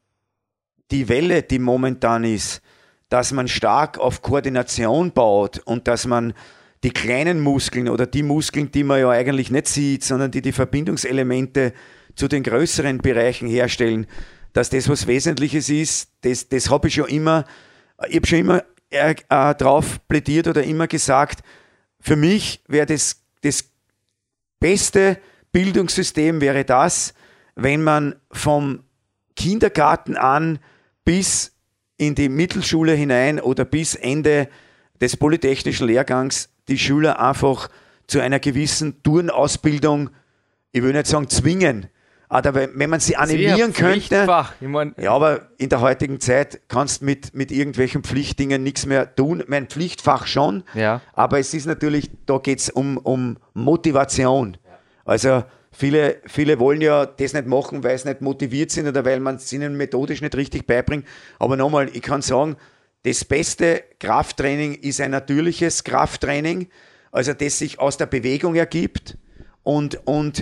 die Welle, die momentan ist, dass man stark auf Koordination baut und dass man die kleinen Muskeln oder die Muskeln, die man ja eigentlich nicht sieht, sondern die die Verbindungselemente zu den größeren Bereichen herstellen, dass das was Wesentliches ist, das, das habe ich schon immer, ich habe schon immer äh, äh, drauf plädiert oder immer gesagt, für mich wäre das, das beste Bildungssystem wäre das, wenn man vom Kindergarten an bis in die Mittelschule hinein oder bis Ende des polytechnischen Lehrgangs die Schüler einfach zu einer gewissen Turnausbildung, ich will nicht sagen zwingen, aber wenn man sie animieren könnte, ich mein, ja, aber in der heutigen Zeit kannst du mit, mit irgendwelchen Pflichtdingen nichts mehr tun. Mein Pflichtfach schon, ja. Aber es ist natürlich, da geht es um, um Motivation. Also Viele, viele wollen ja das nicht machen, weil sie nicht motiviert sind oder weil man es ihnen methodisch nicht richtig beibringt. Aber nochmal, ich kann sagen, das beste Krafttraining ist ein natürliches Krafttraining, also das sich aus der Bewegung ergibt und, und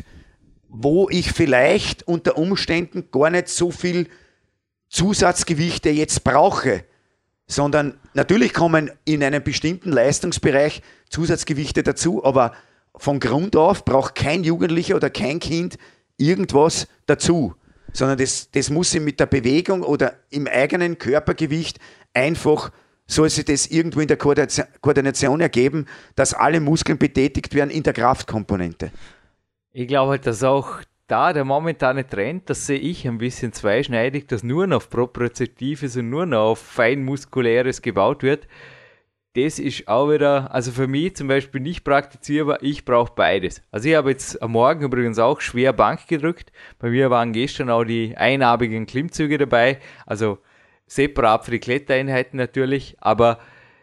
wo ich vielleicht unter Umständen gar nicht so viel Zusatzgewichte jetzt brauche, sondern natürlich kommen in einem bestimmten Leistungsbereich Zusatzgewichte dazu, aber von Grund auf braucht kein Jugendlicher oder kein Kind irgendwas dazu, sondern das, das muss sich mit der Bewegung oder im eigenen Körpergewicht einfach, soll sich das irgendwo in der Koordination ergeben, dass alle Muskeln betätigt werden in der Kraftkomponente. Ich glaube halt, dass auch da der momentane Trend, das sehe ich ein bisschen zweischneidig, dass nur noch auf Propriozeptives und nur noch auf Feinmuskuläres gebaut wird. Das ist auch wieder, also für mich zum Beispiel nicht praktizierbar, ich brauche beides. Also ich habe jetzt am Morgen übrigens auch schwer Bank gedrückt, bei mir waren gestern auch die einarmigen Klimmzüge dabei, also separat für die Klettereinheiten natürlich, aber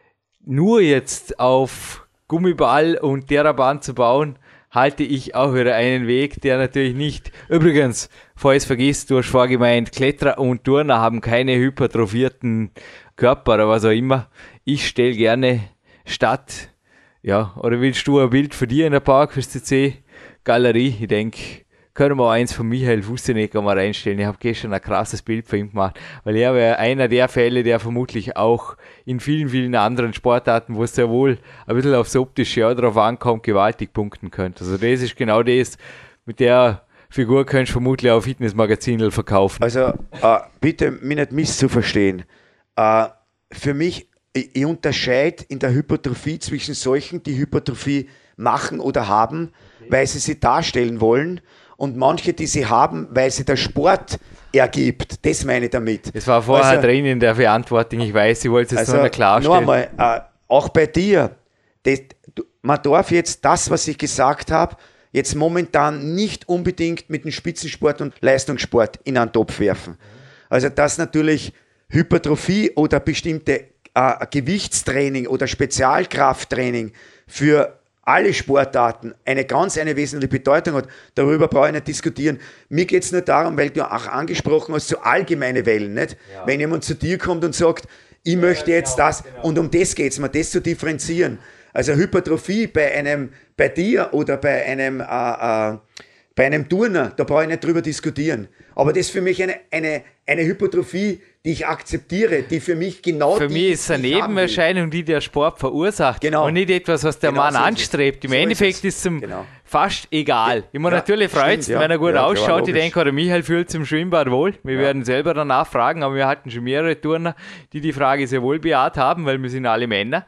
nur jetzt auf Gummiball und Terrabahn zu bauen, halte ich auch wieder einen Weg, der natürlich nicht, übrigens, falls vergisst, du hast vorgemeint, Kletterer und Turner haben keine hypertrophierten Körper oder was auch immer. Ich stelle gerne statt, ja, oder willst du ein Bild von dir in der PowerQuest C C Galerie? Ich denke, können wir auch eins von Michael Fussenegger mal reinstellen. Ich habe gestern ein krasses Bild von ihm gemacht, weil er wäre einer der Fälle, der vermutlich auch in vielen, vielen anderen Sportarten, wo es sehr wohl ein bisschen aufs Optische auch drauf ankommt, gewaltig punkten könnte. Also das ist genau das, mit der Figur könntest du vermutlich auch Fitnessmagazine verkaufen. Also äh, bitte mich nicht misszuverstehen. Äh, für mich, ich, ich unterscheide in der Hypertrophie zwischen solchen, die Hypertrophie machen oder haben, okay, weil sie sie darstellen wollen, und manche, die sie haben, weil sie der Sport ergibt. Das meine ich damit. Das war vorher also, drin in der Verantwortung, ich weiß, ich wollte es jetzt also, nur klarstellen. Noch einmal, äh, auch bei dir, das, man darf jetzt das, was ich gesagt habe, jetzt momentan nicht unbedingt mit dem Spitzensport und Leistungssport in einen Topf werfen. Also dass natürlich Hypertrophie oder bestimmte äh, Gewichtstraining oder Spezialkrafttraining für alle Sportarten eine ganz eine wesentliche Bedeutung hat, darüber brauche ich nicht diskutieren. Mir geht es nur darum, weil du auch angesprochen hast, so allgemeine Wellen, nicht? Ja. Wenn jemand zu dir kommt und sagt, ich möchte ja, jetzt genau, das, genau. Und um das geht es mir, das zu differenzieren. Also Hypertrophie bei einem, bei dir oder bei einem, äh, äh, bei einem Turner, da brauche ich nicht drüber diskutieren. Aber das ist für mich eine, eine, eine Hypertrophie, die ich akzeptiere, die für mich genau Für die mich ist es eine Nebenerscheinung, die der Sport verursacht, genau. Und nicht etwas, was der genau, Mann so anstrebt. Im so Endeffekt ist es ihm genau. fast egal. Ja. Ich meine, ja, natürlich freut es, ja. wenn er gut ja, ausschaut. Klar, ich denke, oder Michael fühlt sich im Schwimmbad wohl. Wir ja. werden selber danach fragen, aber wir hatten schon mehrere Turner, die die Frage sehr wohl bejaht haben, weil wir sind alle Männer.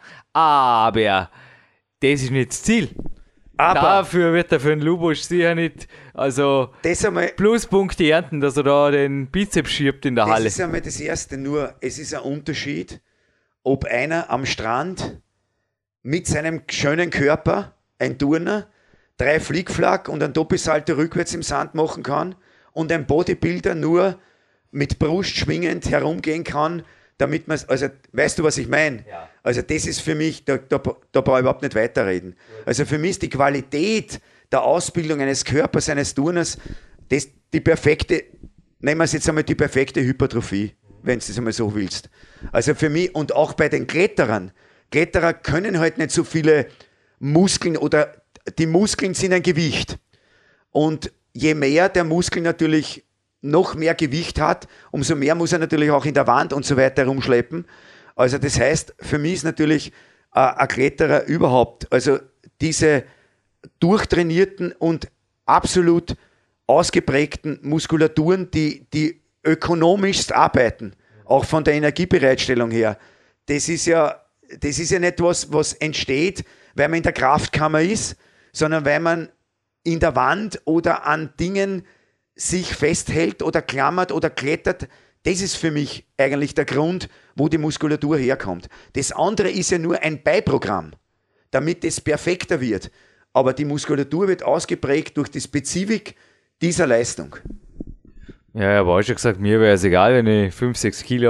Aber das ist nicht das Ziel. Aber dafür wird er für den Lubosch sicher nicht also einmal, Pluspunkte ernten, dass er da den Bizeps schiebt in der das Halle. Das ist einmal das Erste, nur es ist ein Unterschied, ob einer am Strand mit seinem schönen Körper, ein Turner, drei Flickflack und ein Doppelsalto rückwärts im Sand machen kann und ein Bodybuilder nur mit Brust schwingend herumgehen kann, damit man, also weißt du, was ich meine? Ja. Also das ist für mich, da, da, da brauche ich überhaupt nicht weiterreden. Also für mich ist die Qualität der Ausbildung eines Körpers, eines Turners, das die perfekte, nehmen wir es jetzt einmal die perfekte Hypertrophie, wenn du es einmal so willst. Also für mich und auch bei den Kletterern, Kletterer können halt nicht so viele Muskeln oder die Muskeln sind ein Gewicht. Und je mehr der Muskel natürlich noch mehr Gewicht hat, umso mehr muss er natürlich auch in der Wand und so weiter rumschleppen. Also das heißt, für mich ist natürlich äh, ein Kletterer überhaupt, also diese durchtrainierten und absolut ausgeprägten Muskulaturen, die, die ökonomischst arbeiten, auch von der Energiebereitstellung her, das ist ja, das ist ja nicht was, was entsteht, weil man in der Kraftkammer ist, sondern weil man in der Wand oder an Dingen sich festhält oder klammert oder klettert. Das ist für mich eigentlich der Grund, wo die Muskulatur herkommt. Das andere ist ja nur ein Beiprogramm, damit es perfekter wird. Aber die Muskulatur wird ausgeprägt durch die Spezifik dieser Leistung. Ja, ich habe auch schon gesagt, mir wäre es egal, wenn ich fünf, sechs Kilo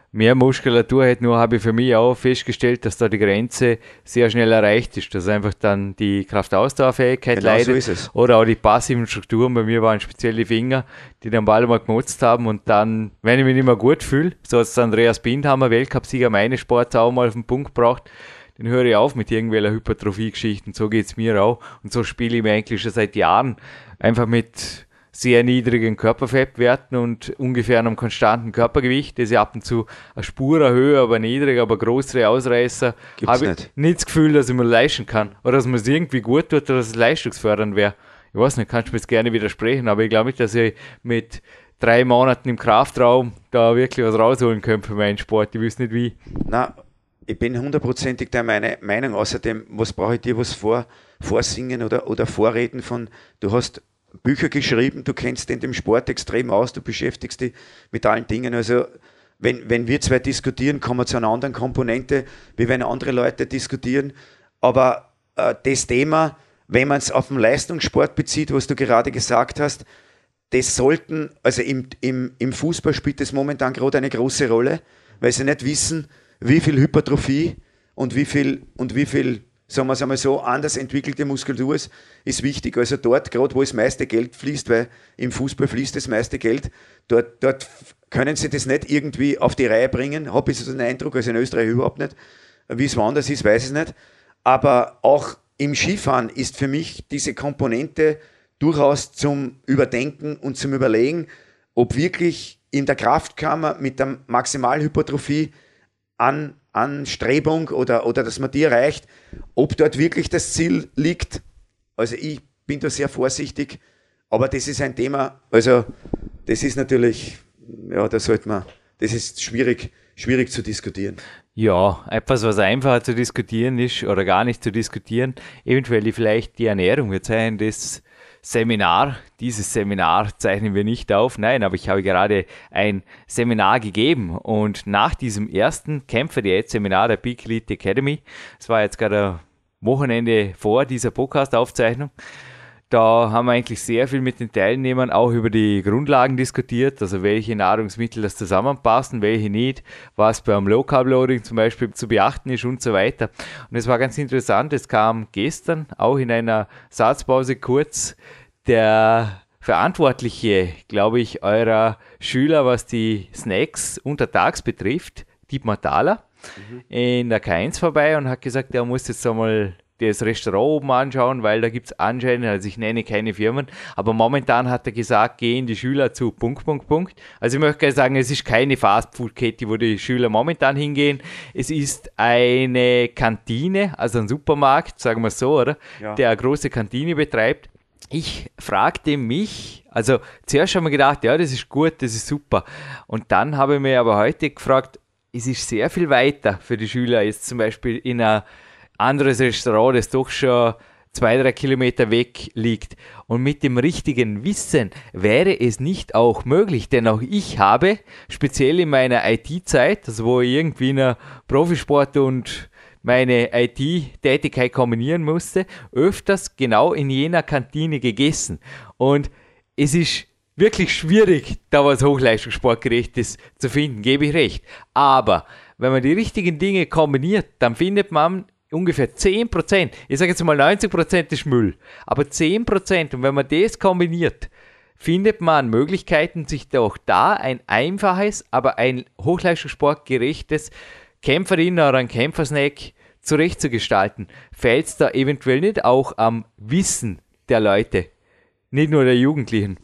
mehr Muskulatur hat, nur habe ich für mich auch festgestellt, dass da die Grenze sehr schnell erreicht ist, dass einfach dann die Kraftausdauerfähigkeit Genau leidet so ist es. oder auch die passiven Strukturen. Bei mir waren speziell die Finger, die den Ball mal gemutzt haben und dann, wenn ich mich nicht mehr gut fühle, so hat es Andreas Bindhammer, Weltcupsieger, meine Sports auch mal auf den Punkt gebracht, dann höre ich auf mit irgendwelcher Hypertrophie-Geschichten, so geht es mir auch und so spiele ich mir eigentlich schon seit Jahren einfach mit sehr niedrigen Körperfettwerten und ungefähr einem konstanten Körpergewicht, das ich ab und zu eine Spur erhöhe, aber niedrig, aber größere Ausreißer, habe ich nicht. nicht das Gefühl, dass ich mir leisten kann oder dass mir es irgendwie gut tut oder dass es leistungsfördernd wäre. Ich weiß nicht, kannst du mir jetzt gerne widersprechen, aber ich glaube nicht, dass ich mit drei Monaten im Kraftraum da wirklich was rausholen könnte für meinen Sport. Ich wüsste nicht wie. Na, ich bin hundertprozentig der meine Meinung. Außerdem, was brauche ich dir was vor, vorsingen oder, oder vorreden von, du hast Bücher geschrieben, du kennst in dem Sport extrem aus, du beschäftigst dich mit allen Dingen. Also wenn, wenn wir zwei diskutieren, kommen wir zu einer anderen Komponente, wie wenn andere Leute diskutieren. Aber äh, das Thema, wenn man es auf den Leistungssport bezieht, was du gerade gesagt hast, das sollten, also im, im, im Fußball spielt das momentan gerade eine große Rolle, weil sie nicht wissen, wie viel Hypertrophie und wie viel, und wie viel, sagen wir es einmal so, anders entwickelte Muskulatur ist, ist wichtig. Also dort, gerade wo das meiste Geld fließt, weil im Fußball fließt das meiste Geld, dort, dort können sie das nicht irgendwie auf die Reihe bringen, habe ich so den Eindruck, also in Österreich überhaupt nicht. Wie es woanders ist, weiß ich nicht. Aber auch im Skifahren ist für mich diese Komponente durchaus zum Überdenken und zum Überlegen, ob wirklich in der Kraftkammer mit der Maximalhypertrophie an Anstrebung oder, oder dass man die erreicht, ob dort wirklich das Ziel liegt. Also ich bin da sehr vorsichtig, aber das ist ein Thema, also das ist natürlich, ja, da sollte man, das ist schwierig, schwierig zu diskutieren. Ja, etwas, was einfacher zu diskutieren ist oder gar nicht zu diskutieren, eventuell vielleicht die Ernährung. Wir zeichnen das Seminar, dieses Seminar zeichnen wir nicht auf, nein, aber ich habe gerade ein Seminar gegeben und nach diesem ersten Kämpfer-Diät-Seminar der Peak Elite Academy, das war jetzt gerade ein Wochenende vor dieser Podcast-Aufzeichnung, da haben wir eigentlich sehr viel mit den Teilnehmern auch über die Grundlagen diskutiert, also welche Nahrungsmittel das zusammenpassen, welche nicht, was beim Low Carb Loading zum Beispiel zu beachten ist und so weiter. Und es war ganz interessant, es kam gestern auch in einer Satzpause kurz der Verantwortliche, glaube ich, eurer Schüler, was die Snacks untertags betrifft, Dietmar Thaler, mhm. in der K eins vorbei und hat gesagt, er muss jetzt einmal das Restaurant oben anschauen, weil da gibt es anscheinend, also ich nenne keine Firmen, aber momentan hat er gesagt, gehen die Schüler zu Punkt, Punkt, Punkt. Also ich möchte gerne sagen, es ist keine Fastfood-Kette, wo die Schüler momentan hingehen. Es ist eine Kantine, also ein Supermarkt, sagen wir so, oder? Ja. Der eine große Kantine betreibt. Ich fragte mich, also zuerst haben wir gedacht, ja, das ist gut, das ist super. Und dann habe ich mir aber heute gefragt, es ist sehr viel weiter für die Schüler, jetzt zum Beispiel in einer anderes Restaurant, das doch schon zwei, drei Kilometer weg liegt. Und mit dem richtigen Wissen wäre es nicht auch möglich, denn auch ich habe, speziell in meiner I T-Zeit, also wo ich irgendwie in der Profisport und meine I T-Tätigkeit kombinieren musste, öfters genau in jener Kantine gegessen. Und es ist wirklich schwierig, da was Hochleistungssportgerechtes zu finden, gebe ich recht. Aber wenn man die richtigen Dinge kombiniert, dann findet man ungefähr zehn Prozent, ich sage jetzt mal neunzig Prozent ist Müll, aber zehn Prozent, und wenn man das kombiniert, findet man Möglichkeiten, sich auch da ein einfaches, aber ein hochleistungssportgerechtes Kämpferin oder ein Kämpfersnack zurechtzugestalten. Fällt es da eventuell nicht auch am Wissen der Leute, nicht nur der Jugendlichen?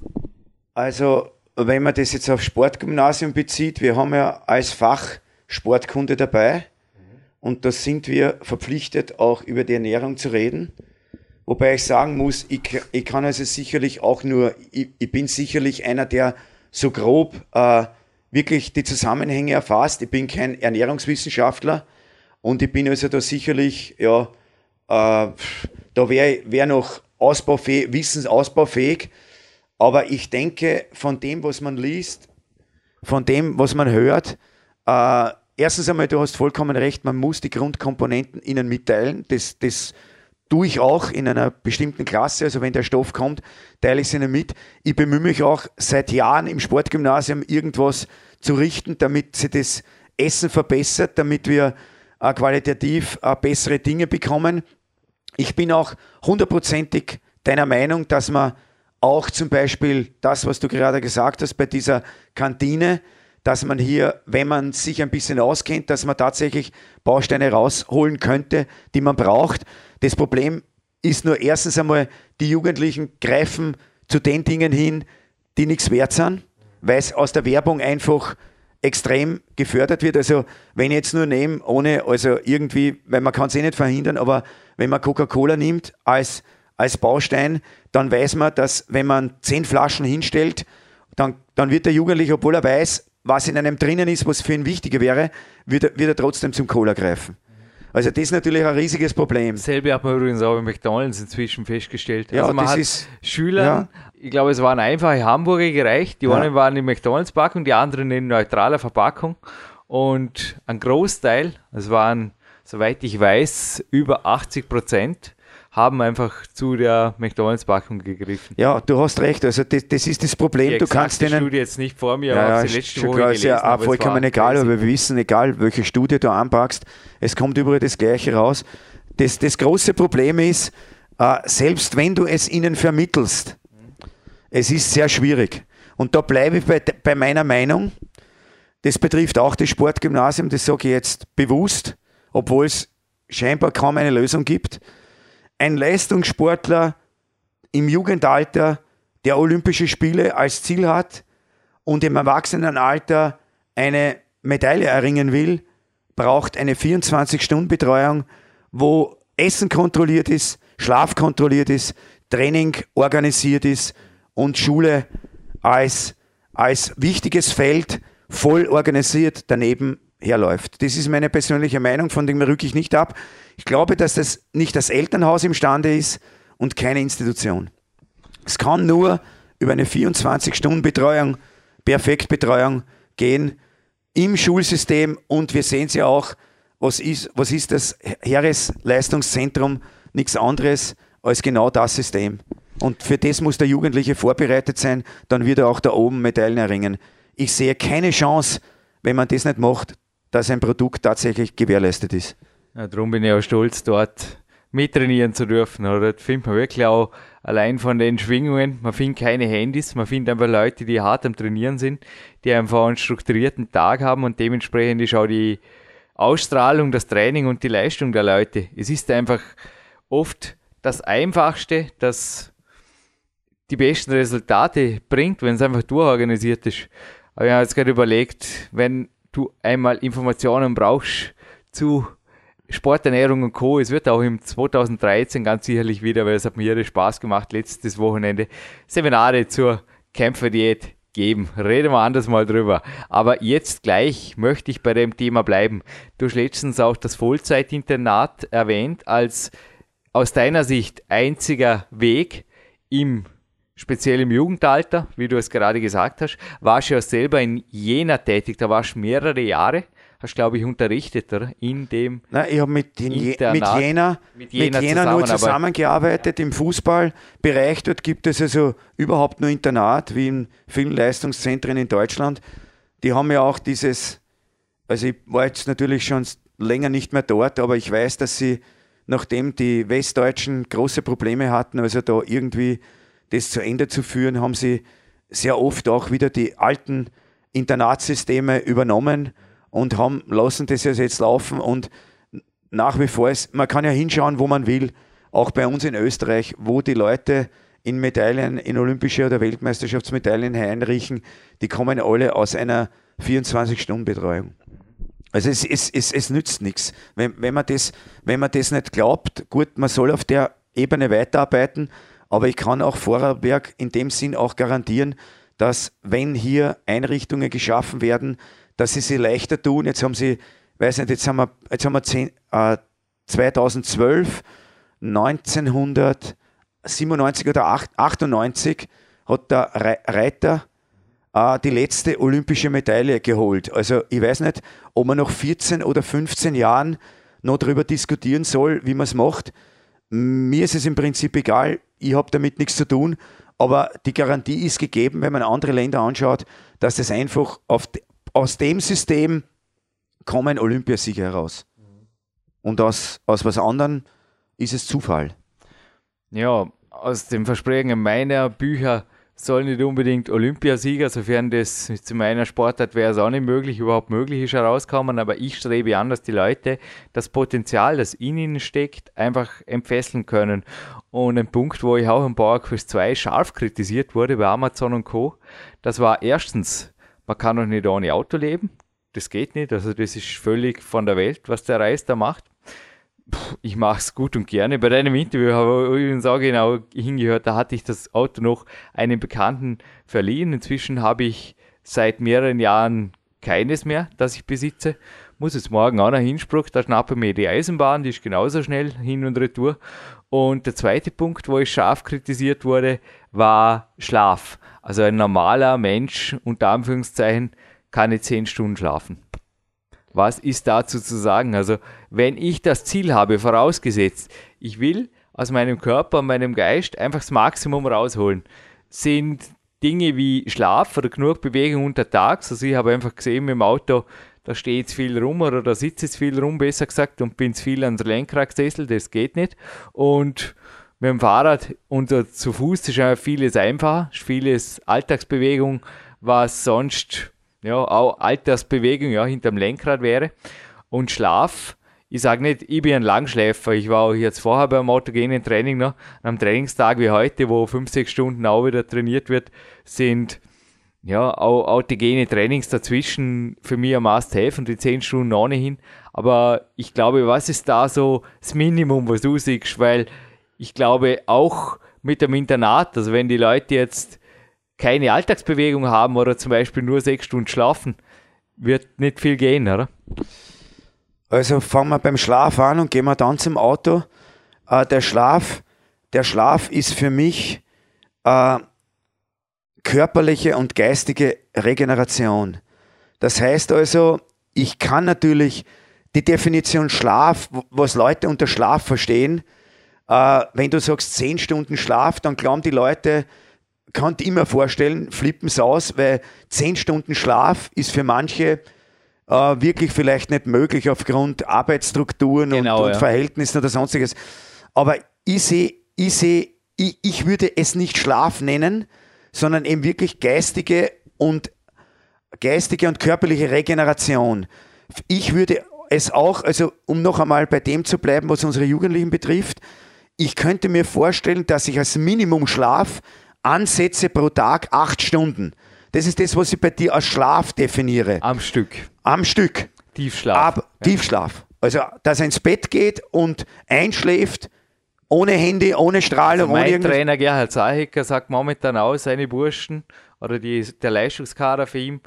Also, wenn man das jetzt auf Sportgymnasium bezieht, wir haben ja als Fach Sportkunde dabei. Und da sind wir verpflichtet, auch über die Ernährung zu reden. Wobei ich sagen muss, ich, ich kann also sicherlich auch nur, ich, ich bin sicherlich einer, der so grob äh, wirklich die Zusammenhänge erfasst. Ich bin kein Ernährungswissenschaftler und ich bin also da sicherlich, ja, äh, da wäre wär noch ausbaufähig, wissensausbaufähig. Aber ich denke, von dem, was man liest, von dem, was man hört, äh, erstens einmal, du hast vollkommen recht, man muss die Grundkomponenten ihnen mitteilen. Das, das tue ich auch in einer bestimmten Klasse. Also wenn der Stoff kommt, teile ich es ihnen mit. Ich bemühe mich auch seit Jahren im Sportgymnasium irgendwas zu richten, damit sie das Essen verbessert, damit wir äh, qualitativ äh, bessere Dinge bekommen. Ich bin auch hundertprozentig deiner Meinung, dass man auch zum Beispiel das, was du gerade gesagt hast, bei dieser Kantine, dass man hier, wenn man sich ein bisschen auskennt, dass man tatsächlich Bausteine rausholen könnte, die man braucht. Das Problem ist nur erstens einmal, die Jugendlichen greifen zu den Dingen hin, die nichts wert sind, weil es aus der Werbung einfach extrem gefördert wird. Also wenn ich jetzt nur nehme, ohne, also irgendwie, weil man kann es eh nicht verhindern, aber wenn man Coca-Cola nimmt als, als Baustein, dann weiß man, dass wenn man zehn Flaschen hinstellt, dann, dann wird der Jugendliche, obwohl er weiß, was in einem drinnen ist, was für ihn wichtiger wäre, wird er, wird er trotzdem zum Cola greifen. Also das ist natürlich ein riesiges Problem. Dasselbe hat man übrigens auch bei McDonald's inzwischen festgestellt. Ja, also man das hat ist, Schülern, ja. ich glaube es waren einfache Hamburger gereicht, die Ja. einen waren in McDonald's-Packung, die anderen in neutraler Verpackung und ein Großteil, es waren, soweit ich weiß, über achtzig Prozent, haben einfach zu der McDonald's-Packung gegriffen. Ja, du hast recht, also das, das ist das Problem. Die Du kannst exakte denen... Studie jetzt nicht vor mir, Ja, aber ja, habe sie letzte schon Woche klar, ist gelesen. ja auch aber es vollkommen war egal, crazy. aber wir wissen, egal welche Studie du anpackst, es kommt überall das Gleiche raus. Das, das große Problem ist, äh, selbst wenn du es ihnen vermittelst, es ist sehr schwierig. Und da bleibe ich bei, bei meiner Meinung, das betrifft auch das Sportgymnasium, das sage ich jetzt bewusst, obwohl es scheinbar kaum eine Lösung gibt. Ein Leistungssportler im Jugendalter, der Olympische Spiele als Ziel hat und im Erwachsenenalter eine Medaille erringen will, braucht eine vierundzwanzig-Stunden-Betreuung, wo Essen kontrolliert ist, Schlaf kontrolliert ist, Training organisiert ist und Schule als, als wichtiges Feld voll organisiert daneben herläuft. Das ist meine persönliche Meinung, von dem rücke ich nicht ab. Ich glaube, dass das nicht das Elternhaus imstande ist und keine Institution. Es kann nur über eine vierundzwanzig-Stunden-Betreuung, Perfektbetreuung gehen im Schulsystem und wir sehen es ja auch, was ist, was ist das Heeresleistungszentrum? Nichts anderes als genau das System. Und für das muss der Jugendliche vorbereitet sein, dann wird er auch da oben Medaillen erringen. Ich sehe keine Chance, wenn man das nicht macht, dass ein Produkt tatsächlich gewährleistet ist. Ja, darum bin ich auch stolz, dort mittrainieren zu dürfen. Oder? Das findet man wirklich auch allein von den Schwingungen. Man findet keine Handys, man findet einfach Leute, die hart am Trainieren sind, die einfach einen strukturierten Tag haben und dementsprechend ist auch die Ausstrahlung, das Training und die Leistung der Leute. Es ist einfach oft das Einfachste, das die besten Resultate bringt, wenn es einfach durchorganisiert ist. Aber ich habe jetzt gerade überlegt, wenn du einmal Informationen brauchst zu Sporternährung und Co. Es wird auch im zweitausenddreizehn ganz sicherlich wieder, weil es hat mir irre Spaß gemacht, letztes Wochenende Seminare zur Kämpferdiät geben. Reden wir anders mal drüber. Aber jetzt gleich möchte ich bei dem Thema bleiben. Du hast letztens auch das Vollzeitinternat erwähnt als aus deiner Sicht einziger Weg im speziell im Jugendalter, wie du es gerade gesagt hast, warst du ja selber in Jena tätig, da warst du mehrere Jahre, hast glaube ich unterrichtet, oder? In dem Nein, ich habe mit, mit Internat, Jena, mit Jena, mit Jena nur zusammengearbeitet im Fußballbereich. Dort gibt es also überhaupt nur Internat, wie in vielen Leistungszentren in Deutschland. Die haben ja auch dieses, also ich war jetzt natürlich schon länger nicht mehr dort, aber ich weiß, dass sie, nachdem die Westdeutschen große Probleme hatten, also da irgendwie das zu Ende zu führen, haben sie sehr oft auch wieder die alten Internatssysteme übernommen und haben lassen das jetzt laufen und nach wie vor ist, man kann ja hinschauen, wo man will, auch bei uns in Österreich, wo die Leute in Medaillen, in olympische oder Weltmeisterschaftsmedaillen einriechen, die kommen alle aus einer vierundzwanzig-Stunden-Betreuung. Also es, es, es, es nützt nichts. Wenn, wenn, man das, wenn man das nicht glaubt, gut, man soll auf der Ebene weiterarbeiten, aber ich kann auch Vorarlberg in dem Sinn auch garantieren, dass wenn hier Einrichtungen geschaffen werden, dass sie sie leichter tun. Jetzt haben sie, weiß nicht, jetzt haben wir, jetzt haben wir zehn, äh, zweitausendzwölf, neunzehnhundertsiebenundneunzig oder achtundneunzig hat der Reiter äh, die letzte olympische Medaille geholt. Also ich weiß nicht, ob man nach vierzehn oder fünfzehn Jahren noch darüber diskutieren soll, wie man es macht. Mir ist es im Prinzip egal, ich habe damit nichts zu tun, aber die Garantie ist gegeben, wenn man andere Länder anschaut, dass das einfach auf, aus dem System kommen Olympiasieger heraus. Und aus, aus was anderem ist es Zufall. Ja, aus dem Versprechen meiner Bücher soll nicht unbedingt Olympiasieger, sofern das zu meiner Sportart wäre es auch nicht möglich, überhaupt möglich ist, herauskommen, aber ich strebe an, dass die Leute das Potenzial, das in ihnen steckt, einfach entfesseln können. Und ein Punkt, wo ich auch im PowerQuest zwei scharf kritisiert wurde bei Amazon und Co., das war erstens, man kann doch nicht ohne Auto leben, das geht nicht, also das ist völlig von der Welt, was der Reis da macht. Puh, ich mache es gut und gerne. Bei deinem Interview habe ich übrigens auch genau hingehört, da hatte ich das Auto noch einem Bekannten verliehen. Inzwischen habe ich seit mehreren Jahren keines mehr, das ich besitze. Muss jetzt morgen auch nach Innsbruck, da schnappe ich mir die Eisenbahn, die ist genauso schnell, hin und retour. Und der zweite Punkt, wo ich scharf kritisiert wurde, war Schlaf. Also ein normaler Mensch, unter Anführungszeichen, kann nicht zehn Stunden schlafen. Was ist dazu zu sagen? Also wenn ich das Ziel habe, vorausgesetzt, ich will aus meinem Körper und meinem Geist einfach das Maximum rausholen, sind Dinge wie Schlaf oder genug Bewegung untertags, also ich habe einfach gesehen im Auto, da steht jetzt viel rum oder da sitzt jetzt viel rum, besser gesagt, und bin zu viel ans Lenkrad gesessen, das geht nicht. Und mit dem Fahrrad und zu Fuß ist einfach vieles einfacher, vieles Alltagsbewegung, was sonst ja, auch Altersbewegung ja, hinterm Lenkrad wäre. Und Schlaf, ich sage nicht, ich bin ein Langschläfer. Ich war auch jetzt vorher beim autogenen Training noch. Am Trainingstag wie heute, wo fünf, sechs Stunden auch wieder trainiert wird, sind ja auch autogene Trainings dazwischen für mich ein Must-Have und die zehn Stunden ohnehin. Aber ich glaube, was ist da so das Minimum, was du siehst? Weil ich glaube, auch mit dem Internat, also wenn die Leute jetzt keine Alltagsbewegung haben oder zum Beispiel nur sechs Stunden schlafen, wird nicht viel gehen, oder? Also fangen wir beim Schlaf an und gehen wir dann zum Auto. Äh, der Schlaf, der Schlaf ist für mich äh, körperliche und geistige Regeneration. Das heißt also, ich kann natürlich die Definition Schlaf, was Leute unter Schlaf verstehen, äh, wenn du sagst zehn Stunden Schlaf, dann glauben die Leute, kann ich immer vorstellen, flippen es aus, weil zehn Stunden Schlaf ist für manche äh, wirklich vielleicht nicht möglich aufgrund Arbeitsstrukturen genau, und, und ja. Verhältnissen oder sonstiges. Aber ich sehe, ich, seh, ich, ich würde es nicht Schlaf nennen, sondern eben wirklich geistige und, geistige und körperliche Regeneration. Ich würde es auch, also um noch einmal bei dem zu bleiben, was unsere Jugendlichen betrifft, ich könnte mir vorstellen, dass ich als Minimum Schlaf ansetze pro Tag acht Stunden. Das ist das, was ich bei dir als Schlaf definiere. Am Stück. Am Stück. Tiefschlaf. Aber, ja. Tiefschlaf. Also, dass er ins Bett geht und einschläft, ohne Handy, ohne Strahlung. Also mein ohne irgendwas. Trainer Gerhard Zahecker sagt momentan auch, seine Burschen oder die, der Leistungskader für ihn,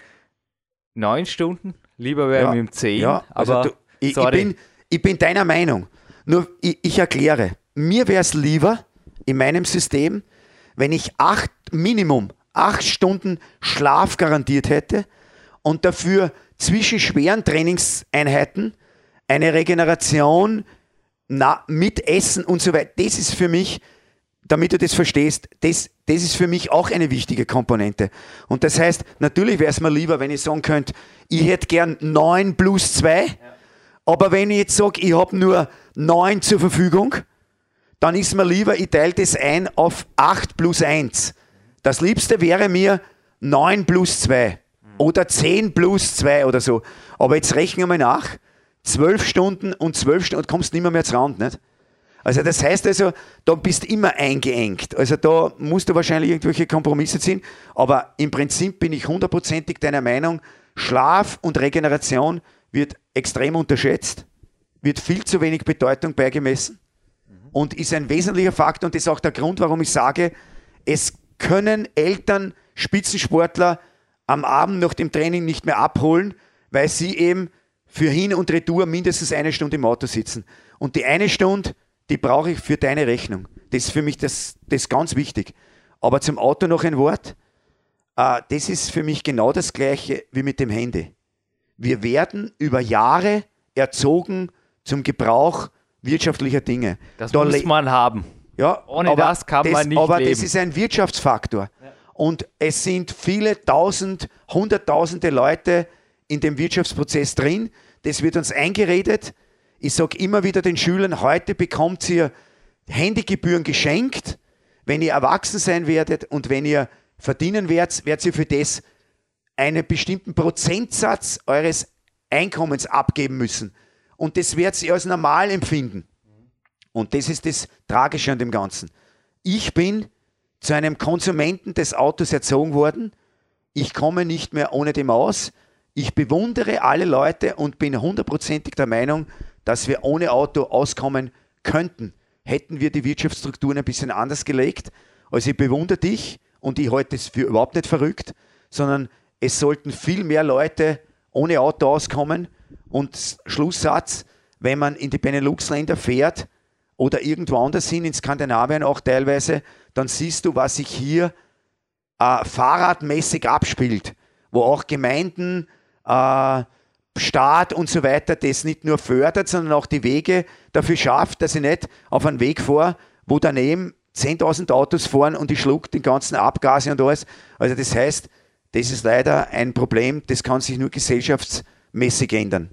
neun Stunden, lieber wäre ja. ihm zehn. Ja, also aber du, ich, ich, bin, ich bin deiner Meinung. Nur, ich, ich erkläre, mir wäre es lieber in meinem System, wenn ich acht, Minimum acht Stunden Schlaf garantiert hätte und dafür zwischen schweren Trainingseinheiten eine Regeneration na, mit Essen und so weiter. Das ist für mich, damit du das verstehst, das, das ist für mich auch eine wichtige Komponente. Und das heißt, natürlich wäre es mir lieber, wenn ich sagen könnte, ich hätte gern neun plus zwei, ja. Aber wenn ich jetzt sage, ich habe nur neun zur Verfügung, dann ist mir lieber, ich teile das ein auf acht plus eins. Das Liebste wäre mir neun plus zwei oder zehn plus zwei oder so. Aber jetzt rechnen wir mal nach. zwölf Stunden und zwölf Stunden und kommst nicht mehr, mehr zu Rand, nicht? Also das heißt also, da bist du immer eingeengt. Also da musst du wahrscheinlich irgendwelche Kompromisse ziehen. Aber im Prinzip bin ich hundertprozentig deiner Meinung, Schlaf und Regeneration wird extrem unterschätzt, wird viel zu wenig Bedeutung beigemessen. Und ist ein wesentlicher Faktor und das ist auch der Grund, warum ich sage, es können Eltern Spitzensportler am Abend nach dem Training nicht mehr abholen, weil sie eben für Hin- und Retour mindestens eine Stunde im Auto sitzen. Und die eine Stunde, die brauche ich für deine Rechnung. Das ist für mich das, das ganz wichtig. Aber zum Auto noch ein Wort. Äh, das ist für mich genau das Gleiche wie mit dem Handy. Wir werden über Jahre erzogen zum Gebrauch wirtschaftlicher Dinge. Das da muss man haben. Ja, Ohne das kann das, man nicht aber leben. Das ist ein Wirtschaftsfaktor. Ja. Und es sind viele tausend, hunderttausende Leute in dem Wirtschaftsprozess drin. das wird uns eingeredet. Ich sage immer wieder den Schülern, heute bekommt ihr Handygebühren geschenkt. Wenn ihr erwachsen sein werdet und wenn ihr verdienen werdet, werdet ihr für das einen bestimmten Prozentsatz eures Einkommens abgeben müssen. Und das werdet ihr als normal empfinden. Und das ist das Tragische an dem Ganzen. Ich bin zu einem Konsumenten des Autos erzogen worden. Ich komme nicht mehr ohne dem aus. Ich bewundere alle Leute und bin hundertprozentig der Meinung, dass wir ohne Auto auskommen könnten. Hätten wir die Wirtschaftsstrukturen ein bisschen anders gelegt. Also ich bewundere dich und ich halte es für überhaupt nicht verrückt, sondern es sollten viel mehr Leute ohne Auto auskommen. Und Schlusssatz, wenn man in die Benelux-Länder fährt oder irgendwo anders hin, in Skandinavien auch teilweise, dann siehst du, was sich hier äh, fahrradmäßig abspielt, wo auch Gemeinden, äh, Staat und so weiter das nicht nur fördert, sondern auch die Wege dafür schafft, dass ich nicht auf einen Weg fahre, wo daneben zehntausend Autos fahren und ich schluck den ganzen Abgase und alles. Also das heißt, das ist leider ein Problem, das kann sich nur gesellschaftsmäßig ändern.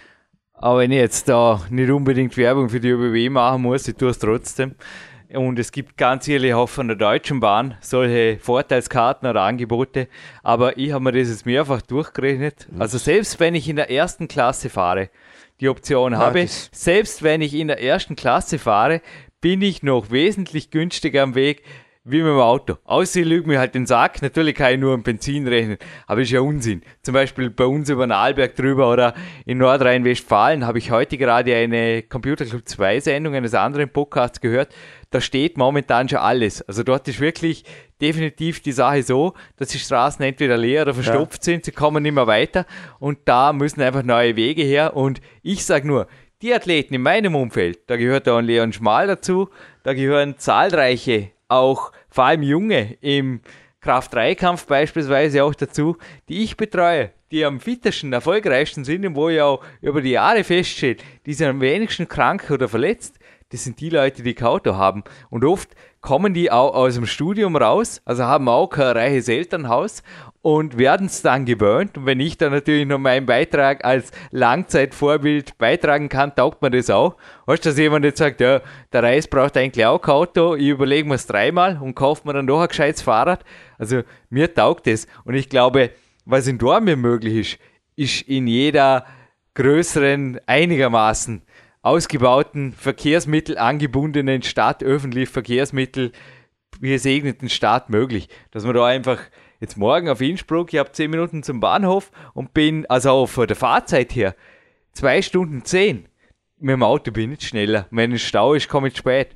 Aber wenn ich jetzt da nicht unbedingt Werbung für die Ö B W machen muss, ich tue es trotzdem. Und es gibt ganz ehrlich auch von der Deutschen Bahn solche Vorteilskarten oder Angebote. Aber ich habe mir das jetzt mehrfach durchgerechnet. Also selbst wenn ich in der ersten Klasse fahre, die Option ja, habe, selbst wenn ich in der ersten Klasse fahre, bin ich noch wesentlich günstiger am Weg wie mit dem Auto. Außer ich lüge mir halt den Sack. Natürlich kann ich nur am Benzin rechnen, aber das ist ja Unsinn. Zum Beispiel bei uns über den Arlberg drüber oder in Nordrhein-Westfalen habe ich heute gerade eine Computer Club zwei Sendung eines anderen Podcasts gehört. Da steht momentan schon alles. Also dort ist wirklich definitiv die Sache so, dass die Straßen entweder leer oder verstopft ja. sind, sie kommen nicht mehr weiter und da müssen einfach neue Wege her. Und ich sage nur, die Athleten in meinem Umfeld, da gehört auch ein Leon Schmal dazu, da gehören zahlreiche, auch vor allem Junge im Kraft-drei-Kampf beispielsweise auch dazu, die ich betreue, die am fittesten, erfolgreichsten sind und wo ja auch über die Jahre feststeht, die sind am wenigsten krank oder verletzt. Das sind die Leute, die kein Auto haben. Und oft kommen die auch aus dem Studium raus, also haben auch kein reiches Elternhaus und werden es dann gewöhnt. Und wenn ich dann natürlich noch meinen Beitrag als Langzeitvorbild beitragen kann, taugt man das auch. Weißt du, dass jemand jetzt sagt, ja, der Reis braucht eigentlich auch kein Auto, ich überlege mir es dreimal und kauft mir dann doch ein gescheites Fahrrad. Also mir taugt das. Und ich glaube, was in Dornbirn möglich ist, ist in jeder größeren, einigermaßen ausgebauten Verkehrsmittel angebundenen Stadt, öffentliche Verkehrsmittel gesegneten Stadt möglich. Dass man da einfach jetzt morgen auf Innsbruck, ich habe zehn Minuten zum Bahnhof und bin, also auch von der Fahrzeit her, zwei Stunden zehn. Mit dem Auto bin ich nicht schneller. Wenn ein Stau ist, komme ich spät.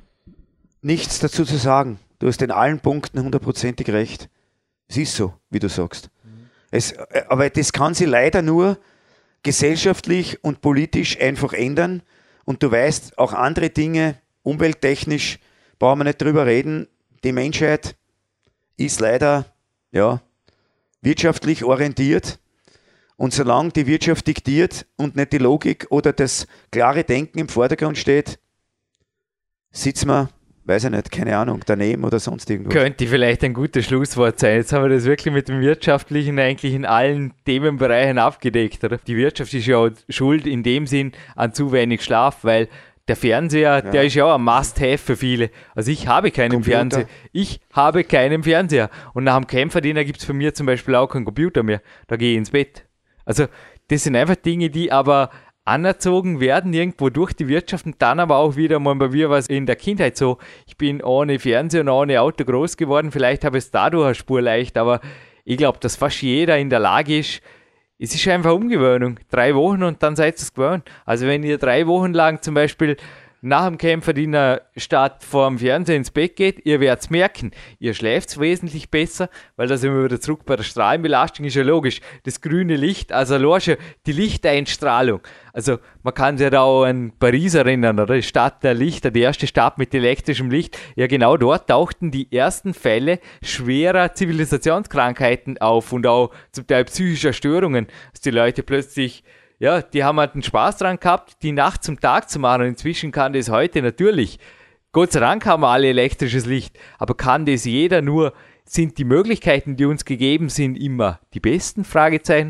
Nichts dazu zu sagen. Du hast in allen Punkten hundertprozentig recht. Es ist so, wie du sagst. Mhm. Es, aber das kann sich leider nur gesellschaftlich und politisch einfach ändern. Und du weißt, auch andere Dinge, umwelttechnisch, brauchen wir nicht drüber reden. Die Menschheit ist leider ja, wirtschaftlich orientiert. Und solange die Wirtschaft diktiert und nicht die Logik oder das klare Denken im Vordergrund steht, sitzen wir, weiß ich nicht, keine Ahnung, daneben oder sonst irgendwo. Könnte vielleicht ein gutes Schlusswort sein. Jetzt haben wir das wirklich mit dem Wirtschaftlichen eigentlich in allen Themenbereichen abgedeckt, oder? Die Wirtschaft ist ja auch schuld in dem Sinn an zu wenig Schlaf, weil der Fernseher, ja. der ist ja auch ein Must-Have für viele. Also ich habe keinen Computer. Fernseher. Ich habe keinen Fernseher. Und nach dem Kämpferdiener gibt es für mich zum Beispiel auch keinen Computer mehr. Da gehe ich ins Bett. Also das sind einfach Dinge, die aber anerzogen werden irgendwo durch die Wirtschaft und dann aber auch wieder mal bei mir was in der Kindheit so. Ich bin ohne Fernseher und ohne Auto groß geworden. Vielleicht habe ich es dadurch eine Spur leicht, aber ich glaube, dass fast jeder in der Lage ist. Es ist einfach Umgewöhnung. Drei Wochen und dann seid ihr es gewöhnt. Also wenn ihr drei Wochen lang zum Beispiel nach dem Kämpferdiener statt vor dem Fernseher ins Bett geht, ihr werdet es merken, ihr schläft wesentlich besser, weil da sind wir wieder zurück bei der Strahlenbelastung, ist ja logisch. Das grüne Licht, also allein schon die Lichteinstrahlung. Also man kann sich ja da auch an Paris erinnern, oder? Die Stadt der Lichter, die erste Stadt mit elektrischem Licht. Ja genau, dort tauchten die ersten Fälle schwerer Zivilisationskrankheiten auf und auch zum Teil psychischer Störungen, dass die Leute plötzlich ja, die haben halt einen Spaß dran gehabt, die Nacht zum Tag zu machen. Und inzwischen kann das heute natürlich, Gott sei Dank haben wir alle elektrisches Licht, aber kann das jeder nur, sind die Möglichkeiten, die uns gegeben sind, immer die besten? Fragezeichen.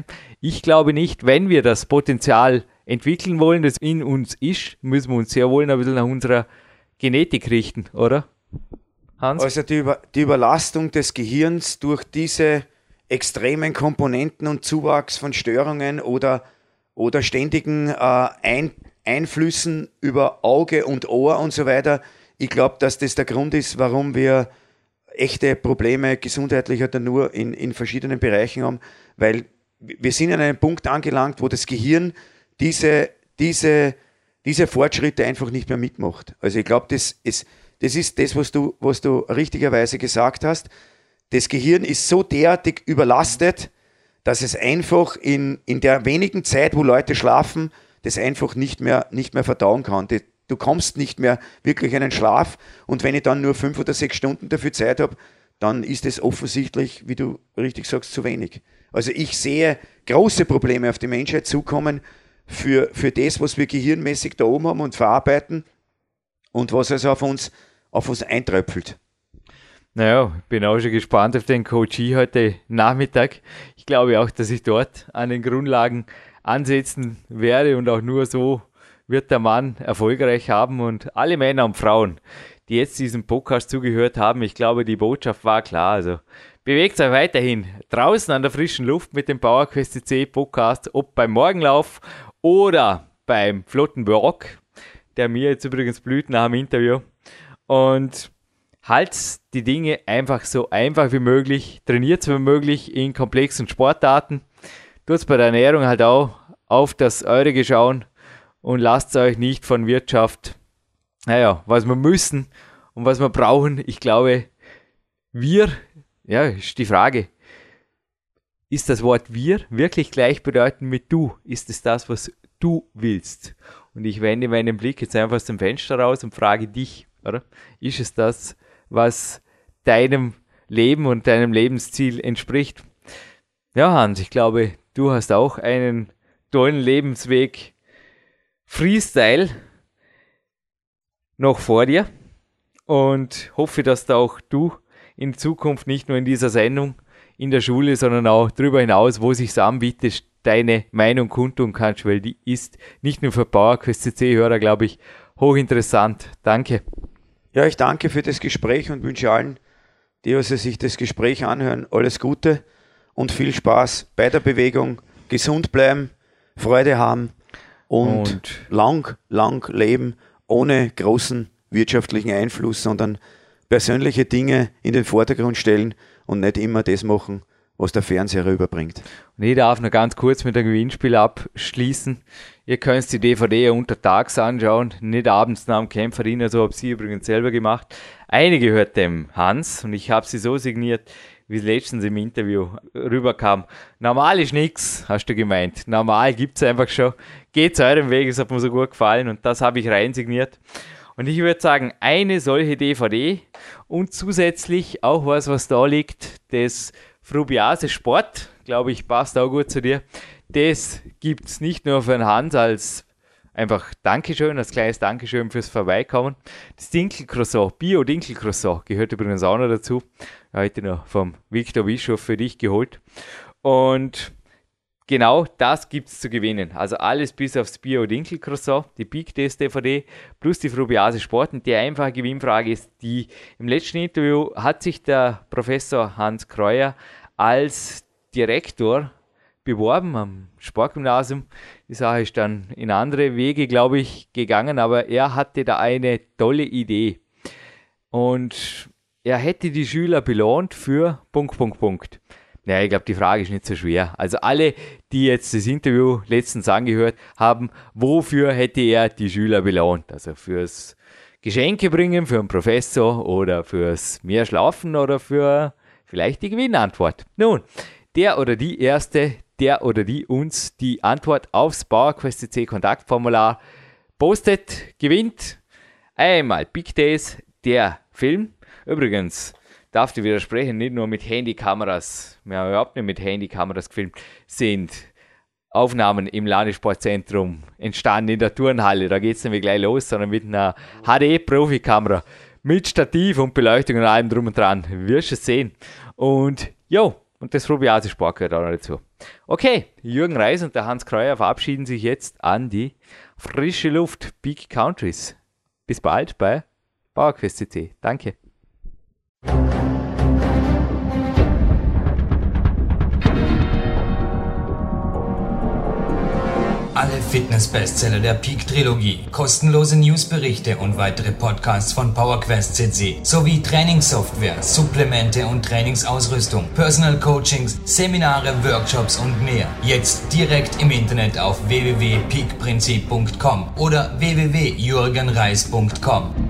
Ich glaube nicht, wenn wir das Potenzial entwickeln wollen, das in uns ist, müssen wir uns sehr wohl ein bisschen nach unserer Genetik richten, oder? Hans? Also die, Über- die Überlastung des Gehirns durch diese extremen Komponenten und Zuwachs von Störungen oder, oder ständigen äh, Ein- Einflüssen über Auge und Ohr und so weiter. Ich glaube, dass das der Grund ist, warum wir echte Probleme gesundheitlicher Natur in, in verschiedenen Bereichen haben, weil wir sind an einem Punkt angelangt, wo das Gehirn diese, diese, diese Fortschritte einfach nicht mehr mitmacht. Also ich glaube, das ist, das ist das, was du, was du richtigerweise gesagt hast. Das Gehirn ist so derartig überlastet, dass es einfach in, in der wenigen Zeit, wo Leute schlafen, das einfach nicht mehr, nicht mehr verdauen kann. Du kommst nicht mehr wirklich in einen Schlaf, und wenn ich dann nur fünf oder sechs Stunden dafür Zeit habe, dann ist es offensichtlich, wie du richtig sagst, zu wenig. Also ich sehe große Probleme auf die Menschheit zukommen für, für das, was wir gehirnmäßig da oben haben und verarbeiten und was also auf uns, auf uns eintröpfelt. Naja, ich bin auch schon gespannt auf den Coachie heute Nachmittag. Ich glaube auch, dass ich dort an den Grundlagen ansetzen werde, und auch nur so wird der Mann erfolgreich haben. Und alle Männer und Frauen, die jetzt diesem Podcast zugehört haben, ich glaube, die Botschaft war klar. Also bewegt euch weiterhin draußen an der frischen Luft mit dem PowerQuest C C Podcast, ob beim Morgenlauf oder beim flotten Block, der mir jetzt übrigens blüht nach dem Interview. Und halt die Dinge einfach so einfach wie möglich, trainiert so wie möglich in komplexen Sportarten. Tut bei der Ernährung halt auch auf das Eure schauen und lasst euch nicht von Wirtschaft, naja, was wir müssen und was wir brauchen. Ich glaube, wir, ja, ist die Frage, ist das Wort wir wirklich gleichbedeutend mit du? Ist es das, was du willst? Und ich wende meinen Blick jetzt einfach aus dem Fenster raus und frage dich, oder? Ist es das, was deinem Leben und deinem Lebensziel entspricht? Ja, Hans, ich glaube, du hast auch einen tollen Lebensweg Freestyle noch vor dir und hoffe, dass da auch du in Zukunft nicht nur in dieser Sendung, in der Schule, sondern auch darüber hinaus, wo sich es anbietet, deine Meinung kundtun kannst, weil die ist nicht nur für PowerQuest C C-Hörer, glaube ich, hochinteressant. Danke. Ja, ich danke für das Gespräch und wünsche allen, die also sich das Gespräch anhören, alles Gute und viel Spaß bei der Bewegung, gesund bleiben, Freude haben und, und lang, lang leben, ohne großen wirtschaftlichen Einfluss, sondern persönliche Dinge in den Vordergrund stellen und nicht immer das machen, was der Fernseher rüberbringt. Und ich darf noch ganz kurz mit dem Gewinnspiel abschließen. Ihr könnt die D V D untertags anschauen, nicht abends nach dem Kämpferin, also habe sie übrigens selber gemacht. Eine gehört dem Hans und ich habe sie so signiert, wie es letztens im Interview rüberkam. Normal ist nichts, hast du gemeint. Normal gibt es einfach schon. Geht eurem Weg, es hat mir so gut gefallen und das habe ich reinsigniert. Und ich würde sagen, eine solche D V D und zusätzlich auch was, was da liegt, das Frubiase Sport, glaube ich, passt auch gut zu dir. Das gibt es nicht nur für den Hans als einfach Dankeschön, als kleines Dankeschön fürs Vorbeikommen. Das Dinkelcroissant, Bio-Dinkelcroissant, gehört übrigens auch noch dazu. Heute noch vom Victor Bischof für dich geholt. Und genau das gibt es zu gewinnen. Also alles bis aufs Bio-Dinkelcroissant, die Big Test D V D plus die Frubiase Sport. Und die einfache Gewinnfrage ist die: Im letzten Interview hat sich der Professor Hans Kreuer als Direktor beworben am Sportgymnasium. Die Sache ist dann in andere Wege, glaube ich, gegangen, aber er hatte da eine tolle Idee. Und er hätte die Schüler belohnt für Punkt, Punkt, Punkt. Ja, ich glaube, die Frage ist nicht so schwer. Also alle, die jetzt das Interview letztens angehört haben, wofür hätte er die Schüler belohnt? Also fürs Geschenke bringen, für einen Professor oder fürs mehr Schlafen oder für vielleicht die Gewinnantwort. Nun, der oder die Erste, der oder die uns die Antwort aufs PowerQuest C C Kontaktformular postet, gewinnt einmal Big Days, der Film. Übrigens, darf ich widersprechen, nicht nur mit Handykameras, wir haben überhaupt nicht mit Handykameras gefilmt, sind Aufnahmen im Landessportzentrum entstanden in der Turnhalle. Da geht es nämlich gleich los, sondern mit einer H D-Profikamera mit Stativ und Beleuchtung und allem drum und dran. Wirst du es sehen. Und jo, und das Frubiase Sport gehört auch noch dazu. Okay, Jürgen Reis und der Hans Kreuer verabschieden sich jetzt an die frische Luft Peak Countries. Bis bald bei PowerQuest C C. Danke. Alle Fitness-Bestseller der Peak-Trilogie, kostenlose Newsberichte und weitere Podcasts von PowerQuest C C sowie Trainingssoftware, Supplemente und Trainingsausrüstung, Personal Coachings, Seminare, Workshops und mehr. Jetzt direkt im Internet auf w w w punkt peak prinzip punkt com oder w w w punkt jürgen reis punkt com.